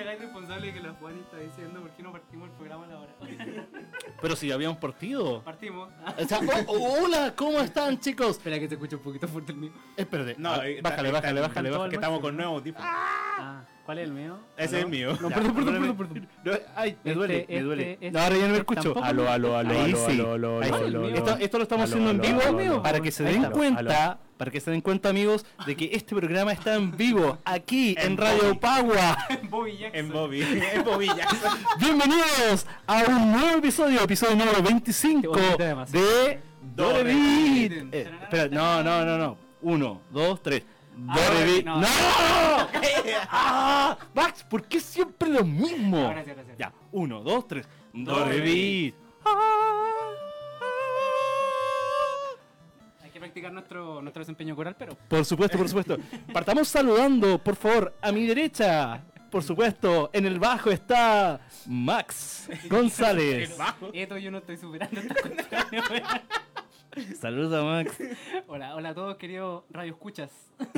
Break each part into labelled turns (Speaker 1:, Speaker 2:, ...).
Speaker 1: la irresponsable que la Juan está diciendo por qué no partimos el programa a la hora.
Speaker 2: Pero si habíamos partido.
Speaker 1: Partimos.
Speaker 2: O sea, hola, ¿cómo están, chicos?
Speaker 1: Espera que te escuche un poquito fuerte el mío.
Speaker 2: Espérate.
Speaker 3: No,
Speaker 2: bájale.
Speaker 3: Que estamos con nuevos audífonos.
Speaker 1: ¿Cuál es el mío?
Speaker 3: Ese es el mío.
Speaker 2: No, perdón. No, ay, me duele. No, ahora ya no me escucho.
Speaker 1: Tampoco.
Speaker 3: Aló.
Speaker 2: Ahí sí. Esto lo estamos haciendo en vivo para que se den cuenta. Para que se den cuenta, amigos, de que este programa está en vivo, aquí en Radio Pagua.
Speaker 1: Bobby Jackson.
Speaker 3: En Bobby Jackson.
Speaker 2: Bienvenidos a un nuevo episodio número 25
Speaker 1: Qué bonito tema, sí.
Speaker 2: de Dorevit.
Speaker 1: Dorevit.
Speaker 2: Espera, no. 1, 2, 3. Dorevit.
Speaker 1: no.
Speaker 2: ¡No! ¡Ah! Max, ¿por qué siempre lo mismo?
Speaker 1: Ahora sí.
Speaker 2: Ya, 1, 2, 3. Dorevit.
Speaker 1: Hay que practicar nuestro desempeño coral, pero...
Speaker 2: Por supuesto. Partamos saludando, por favor, a mi derecha. Por supuesto, en el bajo está Max González.
Speaker 1: Esto yo no estoy superando estas cuestiones.
Speaker 2: Saluda, Max.
Speaker 1: Hola a todos, queridos radio escuchas.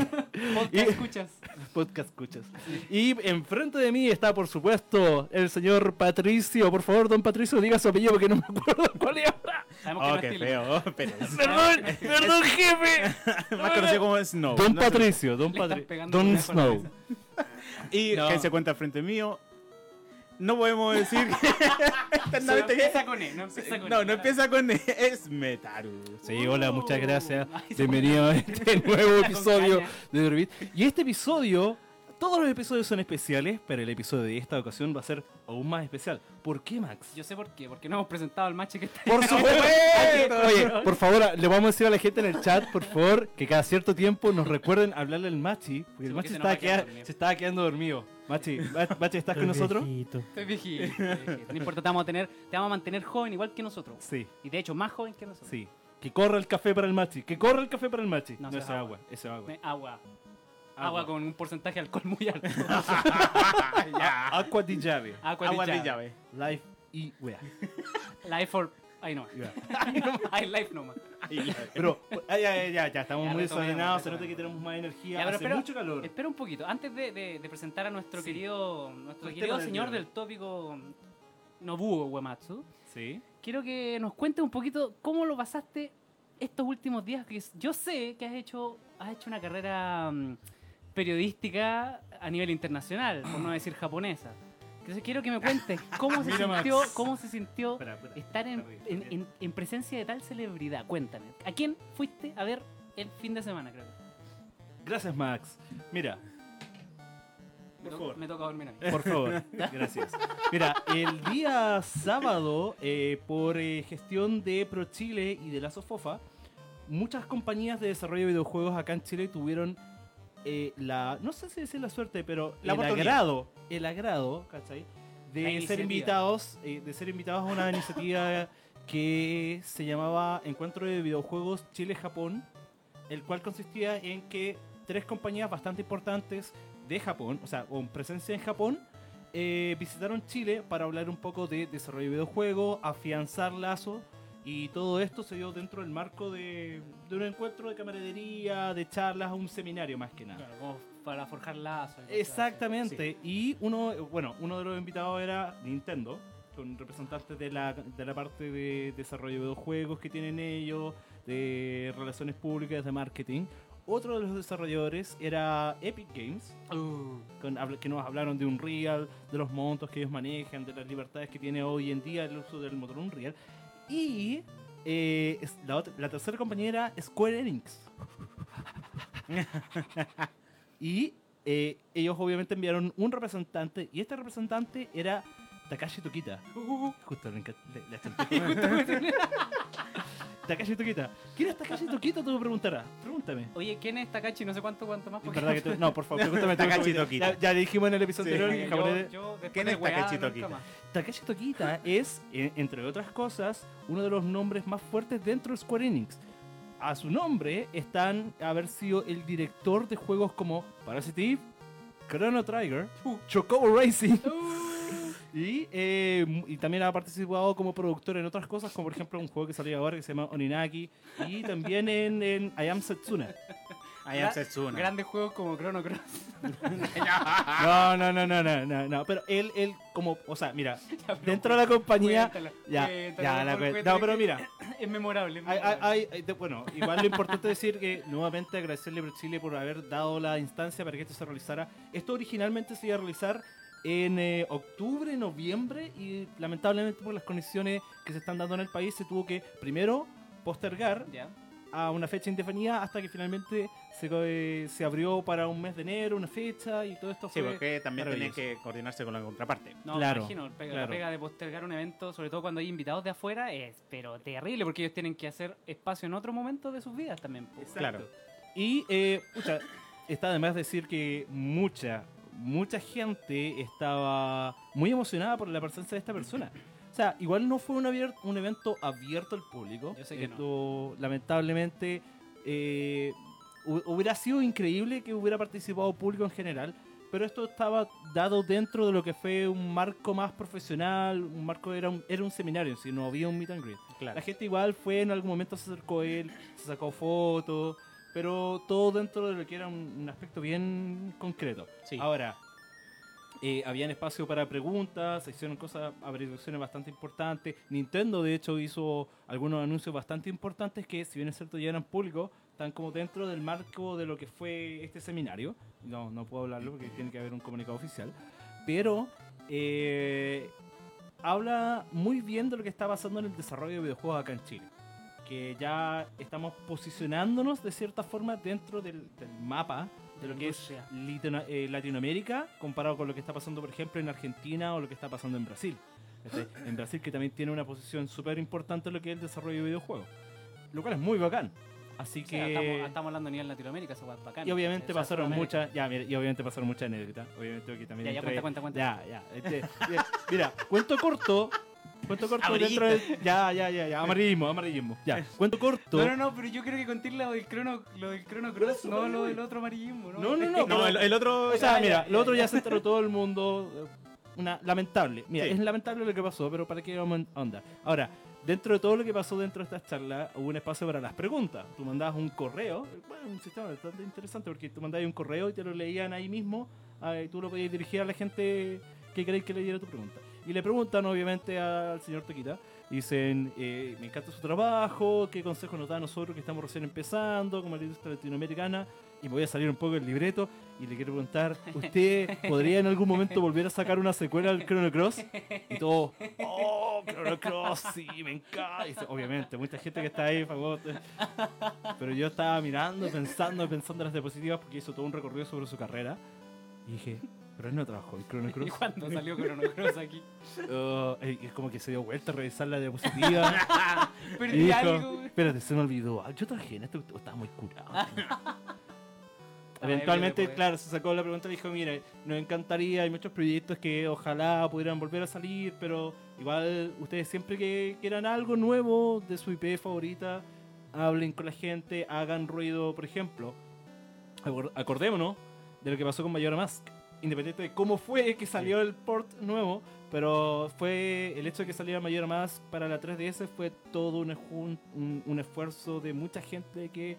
Speaker 2: Podcast escuchas. Y enfrente de mí está, por supuesto, el señor Patricio. Por favor, don Patricio, diga su apellido porque no me acuerdo cuál es ahora.
Speaker 1: Sabemos que no es
Speaker 3: Qué
Speaker 1: Tilly.
Speaker 3: feo. Pero
Speaker 2: Perdón, jefe.
Speaker 3: más conocido como Snow.
Speaker 2: Don
Speaker 3: No sé.
Speaker 2: Patricio,
Speaker 1: Le están pegando
Speaker 2: Don
Speaker 1: con una
Speaker 2: Snow.
Speaker 1: con
Speaker 3: Y
Speaker 1: No.
Speaker 3: que se cuenta frente mío. No podemos decir que
Speaker 1: No empieza con E,
Speaker 3: No empieza con E, es Metaru.
Speaker 2: Sí, hola, muchas gracias.
Speaker 1: Ay,
Speaker 2: Bienvenido a este nuevo
Speaker 1: Con
Speaker 2: episodio
Speaker 1: caña.
Speaker 2: de Dorevit. Y este episodio, todos los episodios son especiales, pero el episodio de esta ocasión va a ser aún más especial. ¿Por qué, Max?
Speaker 1: Yo sé por qué, porque no hemos presentado al macho que está
Speaker 2: Por supuesto. Oye, por favor, le vamos a decir a la gente en el chat, por favor, que cada cierto tiempo nos recuerden hablarle al Machi, porque el
Speaker 1: porque
Speaker 2: Machi
Speaker 1: se nos va a quedar dormido.
Speaker 2: se estaba quedando dormido. Machi, ¿estás con nosotros?
Speaker 1: Estoy viejito. No importa, te vamos a mantener joven igual que nosotros.
Speaker 2: Sí,
Speaker 1: Y de hecho, más joven que nosotros.
Speaker 2: sí. Que corra el café para el Machi, que corra el café para el Machi.
Speaker 1: No,
Speaker 2: No,
Speaker 1: eso
Speaker 2: ese
Speaker 1: es
Speaker 2: agua, ese agua.
Speaker 1: Agua con un porcentaje de alcohol muy alto.
Speaker 2: Agua di llave.
Speaker 3: Agua de llave.
Speaker 2: Life y wea.
Speaker 1: Life for... Ay, no.
Speaker 2: Ya.
Speaker 1: Ay, life nomás.
Speaker 2: Pero, ya, estamos
Speaker 1: Ya,
Speaker 2: muy
Speaker 1: retomemos,
Speaker 2: desordenados, se nota
Speaker 1: retomemos.
Speaker 2: que tenemos más energía,
Speaker 1: Ya, pero
Speaker 2: hace
Speaker 1: espera,
Speaker 2: mucho calor.
Speaker 1: Espera un poquito. Antes de presentar a nuestro
Speaker 2: Sí.
Speaker 1: querido
Speaker 2: El tema
Speaker 1: querido
Speaker 2: del
Speaker 1: señor
Speaker 2: día.
Speaker 1: del tópico Nobuo Uematsu,
Speaker 2: Sí.
Speaker 1: quiero que nos cuentes un poquito cómo lo pasaste estos últimos días. Que yo sé que has hecho una carrera periodística a nivel internacional, por no decir japonesa. Entonces quiero que me cuentes cómo
Speaker 2: Mira, Max.
Speaker 1: cómo se sintió
Speaker 2: Espera.
Speaker 1: estar en presencia de tal celebridad. Cuéntame, ¿a quién fuiste a ver el fin de semana, creo?
Speaker 2: Gracias, Max. Mira,
Speaker 1: Me,
Speaker 2: Por favor.
Speaker 1: me toca dormir a mí.
Speaker 2: por favor, gracias. Mira, el día sábado, por gestión de ProChile y de la Sofofa, muchas compañías de desarrollo de videojuegos acá en Chile tuvieron no sé si decir la suerte, pero
Speaker 3: La oportunidad.
Speaker 2: el agrado, ¿cachai?
Speaker 1: La
Speaker 2: De ser
Speaker 1: iniciativa.
Speaker 2: invitados a una iniciativa que se llamaba Encuentro de Videojuegos Chile-Japón, el cual consistía en que 3 compañías bastante importantes de Japón, o sea, con presencia en Japón, visitaron Chile para hablar un poco de desarrollo de videojuegos, afianzar lazos, y todo esto se dio dentro del marco de un encuentro de camaradería, de charlas, un seminario más que nada.
Speaker 1: Claro, como para forjar lazos. y cosas
Speaker 2: Exactamente, y uno de los invitados era Nintendo, con representantes de la parte de desarrollo de videojuegos que tienen ellos, de relaciones públicas, de marketing. Otro de los desarrolladores era Epic Games,
Speaker 1: así.
Speaker 2: que nos hablaron de Unreal, de los montos que ellos manejan, de las libertades que tiene hoy en día el uso del motor Unreal. Y la tercera compañía era Square Enix. Y ellos obviamente enviaron un representante, y este representante era Takashi Tokita. Justo le chanté. Takashi Tokita. ¿Quién es Takashi Tokita? Tú me preguntarás. Pregúntame.
Speaker 1: Oye, ¿quién es Takashi? No sé cuánto más.
Speaker 2: Es verdad que no, por favor, pregúntame.
Speaker 3: Takashi Tokita.
Speaker 2: Ya le dijimos en el episodio
Speaker 3: Sí.
Speaker 2: anterior. japonés.
Speaker 3: ¿Quién es Takashi Tokita?
Speaker 2: Takashi Tokita es, entre otras cosas, uno de los nombres más fuertes dentro de Square Enix. A su nombre están haber sido el director de juegos como Parasite Eve, Chrono Trigger, Chocobo Racing. Y también ha participado como productor en otras cosas, como por ejemplo un juego que salió ahora que se llama Oninaki. Y también en I Am Setsuna.
Speaker 3: I am Setsuna.
Speaker 1: Grandes juegos como Chrono Cross.
Speaker 2: No, pero él como, o sea, mira, dentro de la compañía, no, pero mira,
Speaker 1: Es memorable.
Speaker 2: bueno, igual lo importante es decir que nuevamente agradecerle a Chile por haber dado la instancia para que esto se realizara. Esto originalmente se iba a realizar en octubre, noviembre, y lamentablemente por las condiciones que se están dando en el país se tuvo que primero postergar
Speaker 1: Ya.
Speaker 2: a una fecha indefinida hasta que finalmente se abrió para un mes de enero, una fecha, y todo esto
Speaker 3: Sí,
Speaker 2: fue
Speaker 3: porque también tenía
Speaker 2: maravilloso.
Speaker 3: que coordinarse con la contraparte.
Speaker 1: No,
Speaker 2: Claro,
Speaker 1: me imagino, la
Speaker 2: claro.
Speaker 1: pega de postergar un evento, sobre todo cuando hay invitados de afuera, es pero terrible, porque ellos tienen que hacer espacio en otro momento de sus vidas también. Po.
Speaker 3: Claro.
Speaker 2: Y, pucha, está además decir que mucha gente estaba muy emocionada por la presencia de esta persona. O sea, igual no fue un evento abierto al público.
Speaker 1: Yo sé que
Speaker 2: Esto, lamentablemente, hubiera sido increíble que hubiera participado público en general, pero esto estaba dado dentro de lo que fue un marco más profesional, un marco era un seminario, si no había un meet and greet.
Speaker 3: Claro.
Speaker 2: La gente igual fue, en algún momento se acercó a él, se sacó fotos, pero todo dentro de lo que era un aspecto bien concreto.
Speaker 3: Sí.
Speaker 2: Ahora, habían espacio para preguntas, se hicieron averiguaciones bastante importantes. Nintendo, de hecho, hizo algunos anuncios bastante importantes que, si bien es cierto, ya eran públicos, están como dentro del marco de lo que fue este seminario. No puedo hablarlo porque tiene que haber un comunicado oficial. Pero habla muy bien de lo que está pasando en el desarrollo de videojuegos acá en Chile. Que ya estamos posicionándonos de cierta forma dentro del mapa de lo que es Latinoamérica, comparado con lo que está pasando, por ejemplo, en Argentina o lo que está pasando en Brasil. En Brasil, que también tiene una posición súper importante en lo que es el desarrollo de videojuegos. Lo cual es muy bacán. Así
Speaker 1: O sea,
Speaker 2: que...
Speaker 1: estamos hablando a nivel Latinoamérica, eso es bacán.
Speaker 2: Y obviamente
Speaker 1: O sea,
Speaker 2: pasaron
Speaker 1: Sudamérica.
Speaker 2: muchas anécdotas. Obviamente que también
Speaker 1: Ya,
Speaker 2: entré-
Speaker 1: cuenta.
Speaker 2: Ya. Mira, cuento corto dentro del... Ya, amarillismo. Ya, cuento corto.
Speaker 1: No, pero yo creo que contar lo del Chrono Cross, no lo del otro amarillismo.
Speaker 2: No.
Speaker 3: No, el otro.
Speaker 2: O sea, mira,
Speaker 3: ya.
Speaker 2: lo otro ya se enteró todo el mundo. Lamentable. Mira,
Speaker 3: Sí.
Speaker 2: es lamentable lo que pasó, pero ¿para qué vamos a andar? Ahora, dentro de todo lo que pasó dentro de estas charlas, hubo un espacio para las preguntas. Tú mandabas un correo, bueno, un sistema bastante interesante porque tú mandabas un correo y te lo leían ahí mismo. Y tú lo podías dirigir a la gente que queréis que leyera tu pregunta. Y le preguntan, obviamente, al señor Toquita. Dicen, me encanta su trabajo, qué consejo nos da a nosotros que estamos recién empezando, como la industria latinoamericana. Y me voy a salir un poco del libreto y le quiero preguntar, ¿usted podría en algún momento volver a sacar una secuela al Chrono Cross? Y todo, ¡oh, Chrono Cross! Sí, me encanta. Y dice, obviamente, mucha gente que está ahí, famosa. Pero yo estaba mirando, pensando en las diapositivas porque hizo todo un recorrido sobre su carrera. Y dije, pero él no trabajó el Chrono Cross.
Speaker 1: ¿Y cuándo salió Chrono Cross aquí?
Speaker 2: Es como que se dio vuelta a revisar la diapositiva. Y
Speaker 1: Perdí
Speaker 2: dijo,
Speaker 1: algo.
Speaker 2: espérate, se me olvidó. Yo trabajé en esto, estaba muy curado. Eventualmente,
Speaker 1: Ay,
Speaker 2: claro, se sacó la pregunta y dijo, mire, nos encantaría, hay muchos proyectos que ojalá pudieran volver a salir, pero igual ustedes siempre que quieran algo nuevo de su IP favorita, hablen con la gente, hagan ruido, por ejemplo. Acordémonos de lo que pasó con Majora Mask. Independiente de cómo fue que salió el port nuevo, pero fue el hecho de que saliera Majora Mask para la 3DS fue todo un esfuerzo de mucha gente que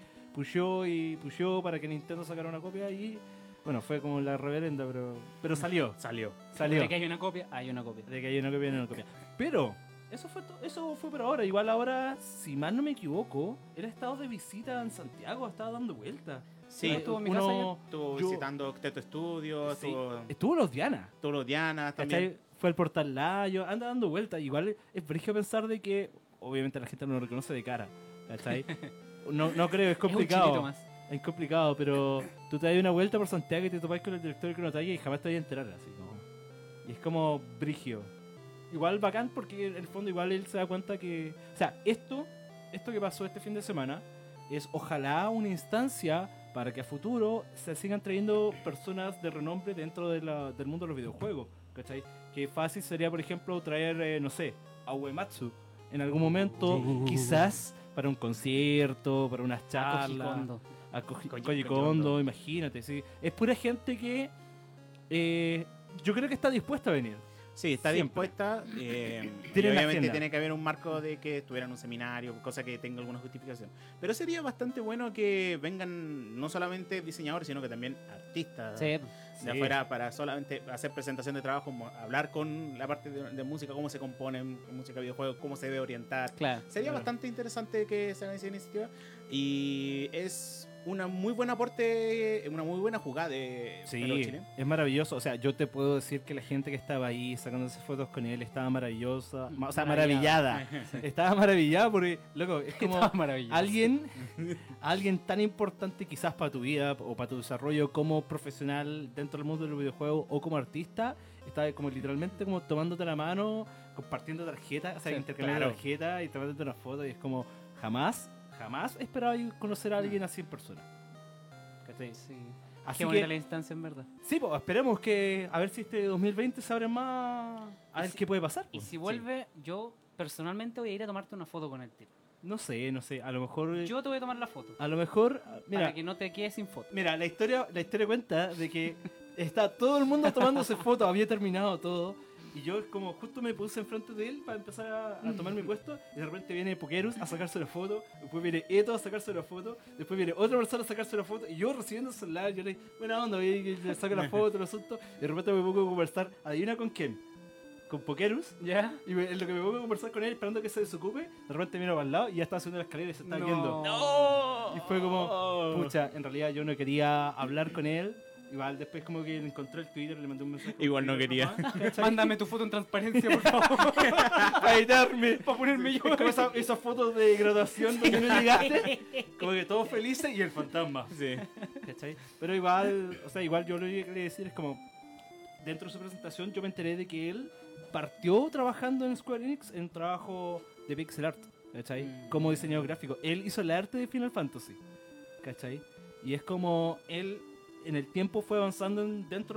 Speaker 2: pushó para que Nintendo sacara una copia y bueno, fue como la reverenda, pero salió.
Speaker 1: De que hay una copia, hay una copia.
Speaker 2: De que hay una copia, hay una copia. Pero eso fue por ahora. Igual ahora, si mal no me equivoco, él ha estado de visita en Santiago, ha estado dando vueltas.
Speaker 3: Sí,
Speaker 1: estuvo en mi casa ayer.
Speaker 3: Estuvo
Speaker 2: yo-
Speaker 3: visitando Octeto Studios,
Speaker 2: Sí, estuvo en los Diana.
Speaker 3: estuvo los Diana
Speaker 2: ¿Cachai?
Speaker 3: también.
Speaker 2: Fue al Portal Layo, anda dando vueltas. Igual es brígido pensar de que, obviamente la gente no lo reconoce de cara. ¿Cachai? No creo, es
Speaker 1: Es un chilito
Speaker 2: complicado.
Speaker 1: más.
Speaker 2: Es complicado, pero tú te das una vuelta por Santiago y te topas con el director de Chrono Trigger y jamás te vas a enterar así, ¿no? Y es como brigio. Igual bacán porque en el fondo igual él se da cuenta que... O sea, esto que pasó este fin de semana es ojalá una instancia para que a futuro se sigan trayendo personas de renombre dentro del mundo de los videojuegos, ¿cachai? Que fácil sería, por ejemplo, traer, no sé, a Uematsu en algún momento, quizás para un concierto, para unas charlas.
Speaker 1: Koji Kondo.
Speaker 2: A
Speaker 3: Koji
Speaker 2: Koji
Speaker 3: Kondo.
Speaker 2: Kondo, imagínate, sí. Es pura gente que yo creo que está dispuesta a venir.
Speaker 3: Sí, está
Speaker 2: Siempre.
Speaker 3: dispuesta. Y
Speaker 2: Tiene una
Speaker 3: obviamente
Speaker 2: agenda.
Speaker 3: tiene que haber un marco de que estuviera en un seminario, cosa que tenga alguna justificación. Pero sería bastante bueno que vengan no solamente diseñadores, sino que también artistas
Speaker 1: Sí.
Speaker 3: de
Speaker 2: Sí.
Speaker 3: afuera para solamente hacer presentación de trabajo, hablar con la parte de música, cómo se componen, música, videojuegos, cómo se debe orientar.
Speaker 1: Claro.
Speaker 3: Sería
Speaker 2: Claro.
Speaker 3: bastante interesante que se haga esa iniciativa y es una muy buena aporte, una muy buena jugada de Perú
Speaker 2: Sí,
Speaker 3: Chile.
Speaker 2: es maravilloso. O sea, yo te puedo decir que la gente que estaba ahí sacándose fotos con él estaba maravillosa. O sea, maravillada. Estaba maravillada porque, loco, es como
Speaker 1: Estaba maravilloso.
Speaker 2: alguien tan importante quizás para tu vida o para tu desarrollo como profesional dentro del mundo del videojuego o como artista, estaba como literalmente como tomándote la mano, compartiendo tarjetas, o sea,
Speaker 1: Sí,
Speaker 2: intercambiando
Speaker 3: claro.
Speaker 2: tarjetas y tomándote una foto y es como jamás esperaba yo conocer a alguien así en persona. ¿Cachai?
Speaker 1: Sí.
Speaker 2: Así
Speaker 1: Qué bonita
Speaker 2: que
Speaker 1: la instancia, en verdad.
Speaker 2: sí, pues esperemos que a ver si este 2020 se abre más, a ver
Speaker 1: si-
Speaker 2: qué puede pasar.
Speaker 1: Y
Speaker 2: pues.
Speaker 1: si vuelve, yo personalmente voy a ir a tomarte una foto con el tipo.
Speaker 2: No sé, a lo mejor
Speaker 1: Yo te voy a tomar la foto.
Speaker 2: mira,
Speaker 1: Para que no te quedes sin foto.
Speaker 2: mira, la historia cuenta de que está todo el mundo tomándose fotos, había terminado todo. Y yo como justo me puse enfrente de él para empezar a tomar mi puesto y de repente viene Pokerus a sacarse la foto, después viene Eto a sacarse la foto, después viene otra persona a sacarse la foto y yo recibiendo el celular, yo le digo, buena onda, voy a le saco la foto, el asunto, y de repente me pongo a conversar, adivina con quién, con Pokerus,
Speaker 1: ¿Ya?
Speaker 2: y en lo que me pongo a conversar con él esperando que se desocupe, de repente miro para el lado y ya estaba subiendo la escalera y se estaba
Speaker 1: No.
Speaker 2: yendo.
Speaker 3: ¡No!
Speaker 2: Y fue como, pucha, en realidad yo no quería hablar con él. Igual después como que encontré el Twitter, le mandé un mensaje. por
Speaker 3: Igual no
Speaker 2: Twitter
Speaker 3: quería.
Speaker 2: nomás, ¿cachai?
Speaker 1: Mándame tu foto en transparencia, por favor.
Speaker 2: Para editarme.
Speaker 1: Para ponerme yo.
Speaker 2: Es como esas fotos de graduación donde no llegaste, como que todos felices y el fantasma.
Speaker 3: Sí.
Speaker 2: ¿Cachai? Pero igual, o sea, igual yo lo que quería decir es como, dentro de su presentación yo me enteré de que él partió trabajando en Square Enix en trabajo de pixel art, ¿cachai? Como diseñador gráfico. Él hizo el arte de Final Fantasy, ¿cachai? Y es como él en el tiempo fue avanzando dentro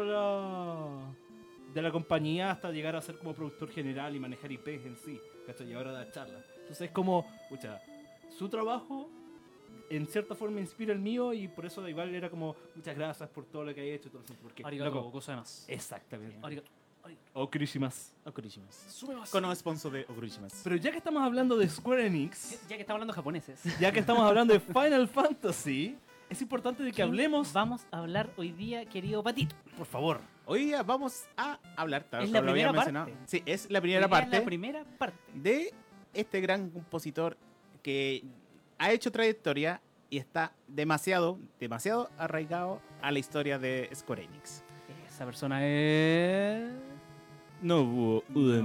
Speaker 2: de la compañía hasta llegar a ser como productor general y manejar IPs en sí, ¿cachai? Y ahora da charlas. Entonces es como, pucha, su trabajo en cierta forma inspira el mío y por eso igual era como muchas gracias por todo lo que hay hecho y todo eso, porque
Speaker 1: Arigato,
Speaker 2: loco,
Speaker 1: gozaimasu.
Speaker 2: exactamente.
Speaker 1: Arigato.
Speaker 2: Okurishimás.
Speaker 3: Okurishimasu. Con sponsor de Okurishimasu.
Speaker 2: Pero ya que estamos hablando de Square Enix,
Speaker 1: Ya que estamos hablando japoneses.
Speaker 2: ya que estamos hablando de Final Fantasy, es importante de que hablemos,
Speaker 1: Vamos a hablar hoy día, querido Patito.
Speaker 2: por favor.
Speaker 3: Hoy día vamos a hablar, tal
Speaker 1: Es
Speaker 3: como
Speaker 1: la
Speaker 3: lo había
Speaker 1: primera
Speaker 3: mencionado.
Speaker 1: parte.
Speaker 3: Sí, es la
Speaker 1: Hoy
Speaker 3: primera
Speaker 1: día es
Speaker 3: parte
Speaker 1: la primera parte.
Speaker 3: de este gran compositor que ha hecho trayectoria y está demasiado arraigado a la historia de Square Enix.
Speaker 1: Esa persona es...
Speaker 3: Nobuo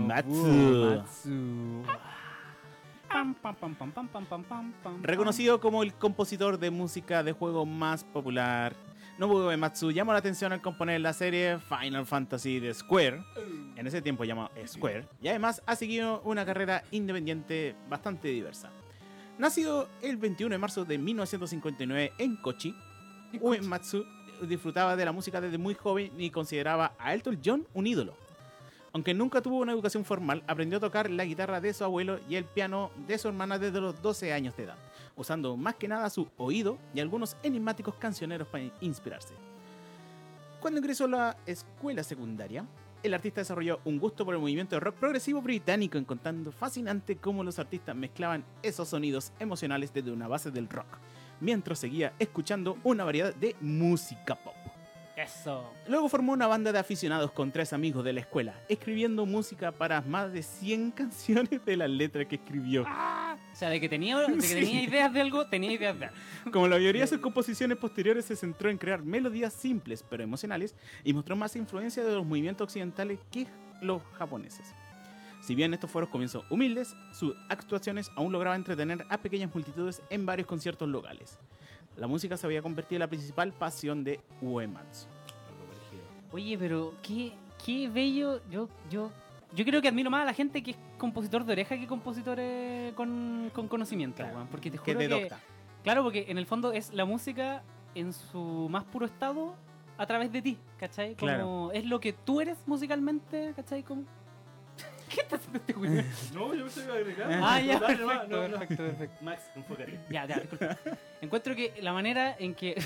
Speaker 1: Uematsu. Pam, pam, pam, pam, pam, pam, pam, pam, pam.
Speaker 3: Reconocido como el compositor de música de juego más popular, Nobuo Uematsu llamó la atención al componer la serie Final Fantasy de Square, en ese tiempo llamado Square, y además ha seguido una carrera independiente bastante diversa. Nacido el 21 de marzo de 1959 en Kochi, Uematsu disfrutaba de la música desde muy joven y consideraba a Elton John un ídolo. Aunque nunca tuvo una educación formal, aprendió a tocar la guitarra de su abuelo y el piano de su hermana desde los 12 años de edad, usando más que nada su oído y algunos enigmáticos cancioneros para inspirarse. Cuando ingresó a la escuela secundaria, el artista desarrolló un gusto por el movimiento de rock progresivo británico, encontrando fascinante cómo los artistas mezclaban esos sonidos emocionales desde una base del rock, mientras seguía escuchando una variedad de música pop.
Speaker 1: Eso.
Speaker 3: Luego formó una banda de aficionados con 3 amigos de la escuela, escribiendo música para más de 100 canciones de las letras que escribió.
Speaker 1: O sea, de que tenía ideas de algo, tenía ideas de algo.
Speaker 3: Como la mayoría de sus composiciones posteriores se centró en crear melodías simples pero emocionales y mostró más influencia de los movimientos occidentales que los japoneses. Si bien estos fueron comienzos humildes, sus actuaciones aún lograban entretener a pequeñas multitudes en varios conciertos locales. La música se había convertido en la principal pasión de Uematsu.
Speaker 1: Oye, pero qué bello. Yo creo que admiro más a la gente que es compositor de oreja que compositores con conocimiento,
Speaker 3: Claro,
Speaker 1: weón, porque te
Speaker 3: Que
Speaker 1: juro
Speaker 3: de
Speaker 1: que...
Speaker 3: docta.
Speaker 1: Claro, porque en el fondo es la música en su más puro estado a través de ti, ¿cachai? Como
Speaker 3: Claro.
Speaker 1: es lo que tú eres musicalmente, ¿cachai? Como... ¿Qué estás haciendo este güey?
Speaker 2: No, yo me estoy agregando.
Speaker 1: Ah, ya,
Speaker 2: Dale,
Speaker 1: perfecto.
Speaker 2: Max, enfócate.
Speaker 1: Ya, disculpa. Encuentro que la manera en que...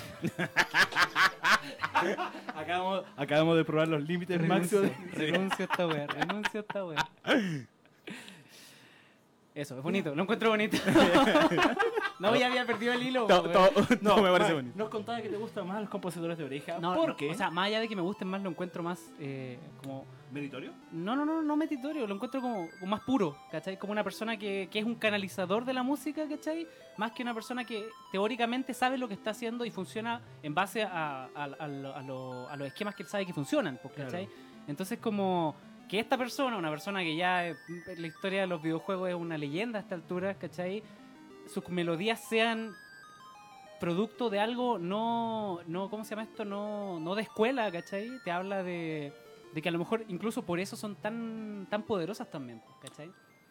Speaker 2: Acabamos de probar los límites máximos.
Speaker 1: renuncio a esta wea. Eso, es bonito, lo encuentro bonito. No, ya había perdido el hilo.
Speaker 3: No, me parece bonito.
Speaker 2: Nos contaba que te gustan más los compositores de oreja.
Speaker 1: No,
Speaker 2: ¿Por qué?
Speaker 1: O sea, más allá de que me gusten más, lo encuentro más como...
Speaker 2: ¿Meritorio?
Speaker 1: No meritorio, lo encuentro como más puro, ¿cachai? Como una persona que es un canalizador de la música, ¿cachai? Más que una persona que teóricamente sabe lo que está haciendo y funciona en base a los esquemas que él sabe que funcionan, pues, ¿cachai?
Speaker 2: Claro.
Speaker 1: Entonces como que esta persona, una persona que ya en la historia de los videojuegos es una leyenda a esta altura, ¿cachai? Sus melodías sean producto de algo no ¿cómo se llama esto? No de escuela, ¿cachai? Te habla de que a lo mejor incluso por eso son tan poderosas también, ¿cachai?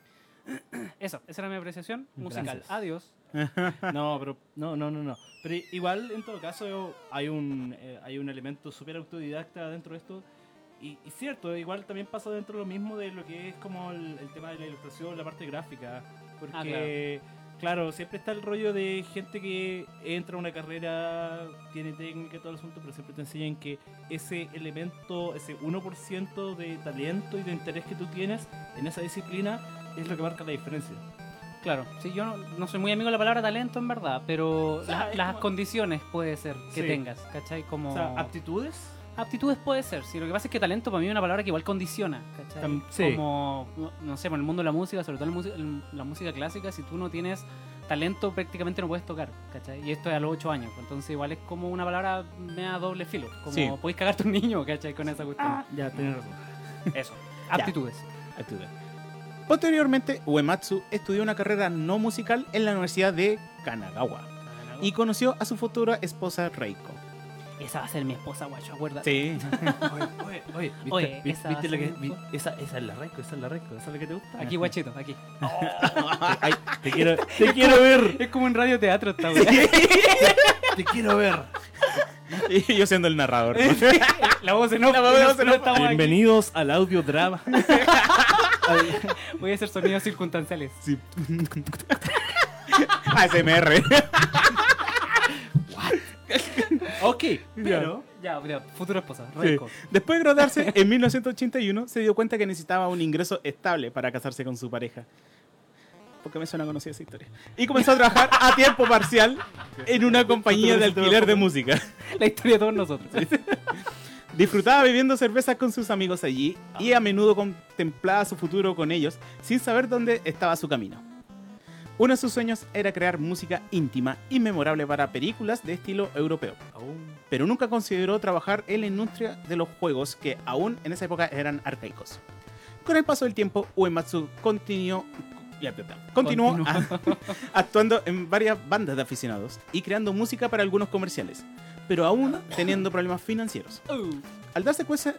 Speaker 1: Esa era mi apreciación musical.
Speaker 2: Gracias.
Speaker 1: Adiós.
Speaker 2: No, pero no. Pero igual, en todo caso, hay un elemento súper autodidacta dentro de esto. Y cierto, igual también pasa dentro de lo mismo de lo que es como el tema de la ilustración, la parte gráfica. Porque, claro, siempre está el rollo de gente que entra a una carrera, tiene técnica y todo el asunto, pero siempre te enseñan que ese elemento, ese 1% de talento y de interés que tú tienes en esa disciplina es lo que marca la diferencia.
Speaker 1: Claro, sí, yo no soy muy amigo de la palabra talento en verdad, pero
Speaker 2: O sea,
Speaker 1: las
Speaker 2: como...
Speaker 1: condiciones puede ser que
Speaker 2: Sí.
Speaker 1: tengas, ¿cachai? Como...
Speaker 2: O sea, aptitudes.
Speaker 1: Aptitudes puede ser, sí. Lo que pasa es que talento para mí es una palabra que igual condiciona, ¿cachai?
Speaker 2: Sí.
Speaker 1: Como, no sé, en el mundo de la música, sobre todo la música clásica, si tú no tienes talento prácticamente no puedes tocar, ¿cachai? Y esto es a los 8 años, pues, entonces igual es como una palabra media doble filo. Como
Speaker 3: Sí.
Speaker 1: podéis cagarte un niño, ¿cachai? Con esa cuestión.
Speaker 2: Ya, tienes razón.
Speaker 1: Eso, aptitudes.
Speaker 3: Aptitudes. Posteriormente, Uematsu estudió una carrera no musical en la Universidad de Kanagawa y conoció a su futura esposa Reiko.
Speaker 1: Esa va a ser mi esposa, guacho, acuérdate.
Speaker 3: Sí.
Speaker 2: Oye,
Speaker 1: Oye,
Speaker 2: ¿viste,
Speaker 1: esa va a
Speaker 2: viste lo
Speaker 1: ser
Speaker 2: que,
Speaker 1: mi
Speaker 2: esa es la Reiko, esa es la lo que te gusta?
Speaker 1: Aquí, guachito, aquí.
Speaker 2: Ay, te quiero ver,
Speaker 1: Es como un radioteatro esta weá.
Speaker 2: te quiero ver.
Speaker 3: Y yo siendo el narrador.
Speaker 1: La voz en off.
Speaker 3: La voz en off.
Speaker 1: nosotros estamos aquí.
Speaker 2: Bienvenidos al audiodrama.
Speaker 1: Voy a hacer sonidos circunstanciales.
Speaker 3: Sí. ASMR.
Speaker 2: Ok, pero...
Speaker 1: Ya, futura esposa,
Speaker 3: Sí.
Speaker 1: Reiko.
Speaker 3: Después de graduarse en 1981, se dio cuenta que necesitaba un ingreso estable para casarse con su pareja. Porque me suena conocida esa historia. Y comenzó a trabajar a tiempo parcial en una compañía de alquiler de música.
Speaker 1: La historia de todos nosotros.
Speaker 3: Disfrutaba bebiendo cervezas con sus amigos allí y a menudo contemplaba su futuro con ellos sin saber dónde estaba su camino. Uno de sus sueños era crear música íntima y memorable para películas de estilo europeo, pero nunca consideró trabajar en la industria de los juegos que aún en esa época eran arcaicos. Con el paso del tiempo, Uematsu continuó actuando en varias bandas de aficionados y creando música para algunos comerciales, pero aún teniendo problemas financieros. Al darse cuenta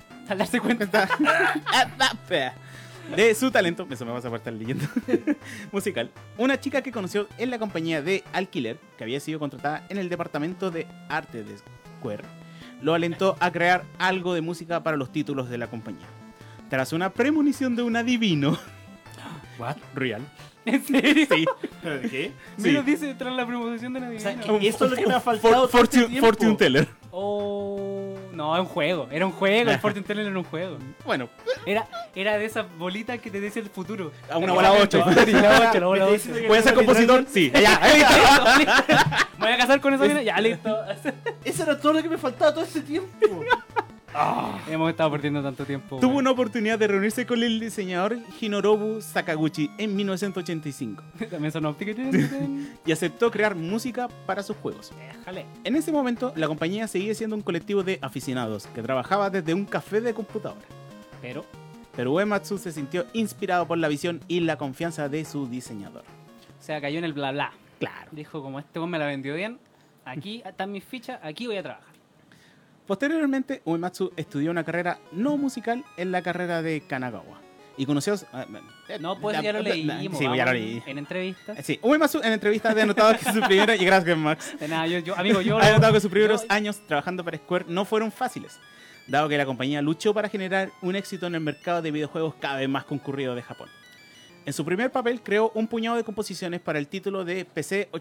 Speaker 3: de su talento, eso me vas a estar leyendo, musical, una chica que conoció en la compañía de alquiler, que había sido contratada en el departamento de arte de Square, lo alentó a crear algo de música para los títulos de la compañía. Tras una premonición de un adivino,
Speaker 2: ¿What?
Speaker 3: real,
Speaker 1: ¿En serio?
Speaker 3: sí,
Speaker 2: ¿Pero de qué?
Speaker 1: Me lo
Speaker 3: sí.
Speaker 1: dice tras la promoción de
Speaker 2: O sea,
Speaker 1: Navidad.
Speaker 2: que esto es lo que me ha faltado todo este tiempo.
Speaker 3: Fortune Teller.
Speaker 1: Oh, no, es un juego. Era un juego. El Fortune Teller era un juego.
Speaker 3: Bueno,
Speaker 1: Era de esas bolitas que te dice el futuro.
Speaker 3: a una bola 8.
Speaker 1: La bola
Speaker 2: Me
Speaker 1: 8.
Speaker 2: está diciendo que
Speaker 3: ¿Puede ser compositor? Sí. Ya.
Speaker 1: ¿Me voy a casar con esa mina? Ya, listo.
Speaker 2: Eso era todo lo que me faltaba todo este tiempo.
Speaker 1: Hemos estado perdiendo tanto tiempo.
Speaker 3: Tuvo
Speaker 1: güey.
Speaker 3: una oportunidad de reunirse con el diseñador Hinorobu Sakaguchi en 1985
Speaker 1: También son ópticas.
Speaker 3: y aceptó crear música para sus juegos.
Speaker 1: Déjale.
Speaker 3: En ese momento, la compañía seguía siendo un colectivo de aficionados que trabajaba desde un café de computadora. Pero Uematsu se sintió inspirado por la visión y la confianza de su diseñador.
Speaker 1: O sea, cayó en el bla bla.
Speaker 3: Claro.
Speaker 1: Dijo, como este güey me la vendió bien, aquí están mis fichas, aquí voy a trabajar.
Speaker 3: Posteriormente, Uematsu estudió una carrera no musical en la carrera de Kanagawa. Y conoció...
Speaker 1: No, pues ya lo leímos.
Speaker 3: Sí, ya
Speaker 1: vamos,
Speaker 3: lo leí.
Speaker 1: En entrevistas.
Speaker 3: Sí, Uematsu en entrevistas ha denotado que su primera... Y gracias, Max.
Speaker 1: De nada, amigo, yo...
Speaker 3: Ha notado que sus primeros
Speaker 1: yo-
Speaker 3: años trabajando para Square no fueron fáciles, dado que la compañía luchó para generar un éxito en el mercado de videojuegos cada vez más concurrido de Japón. En su primer papel creó un puñado de composiciones para el título de PC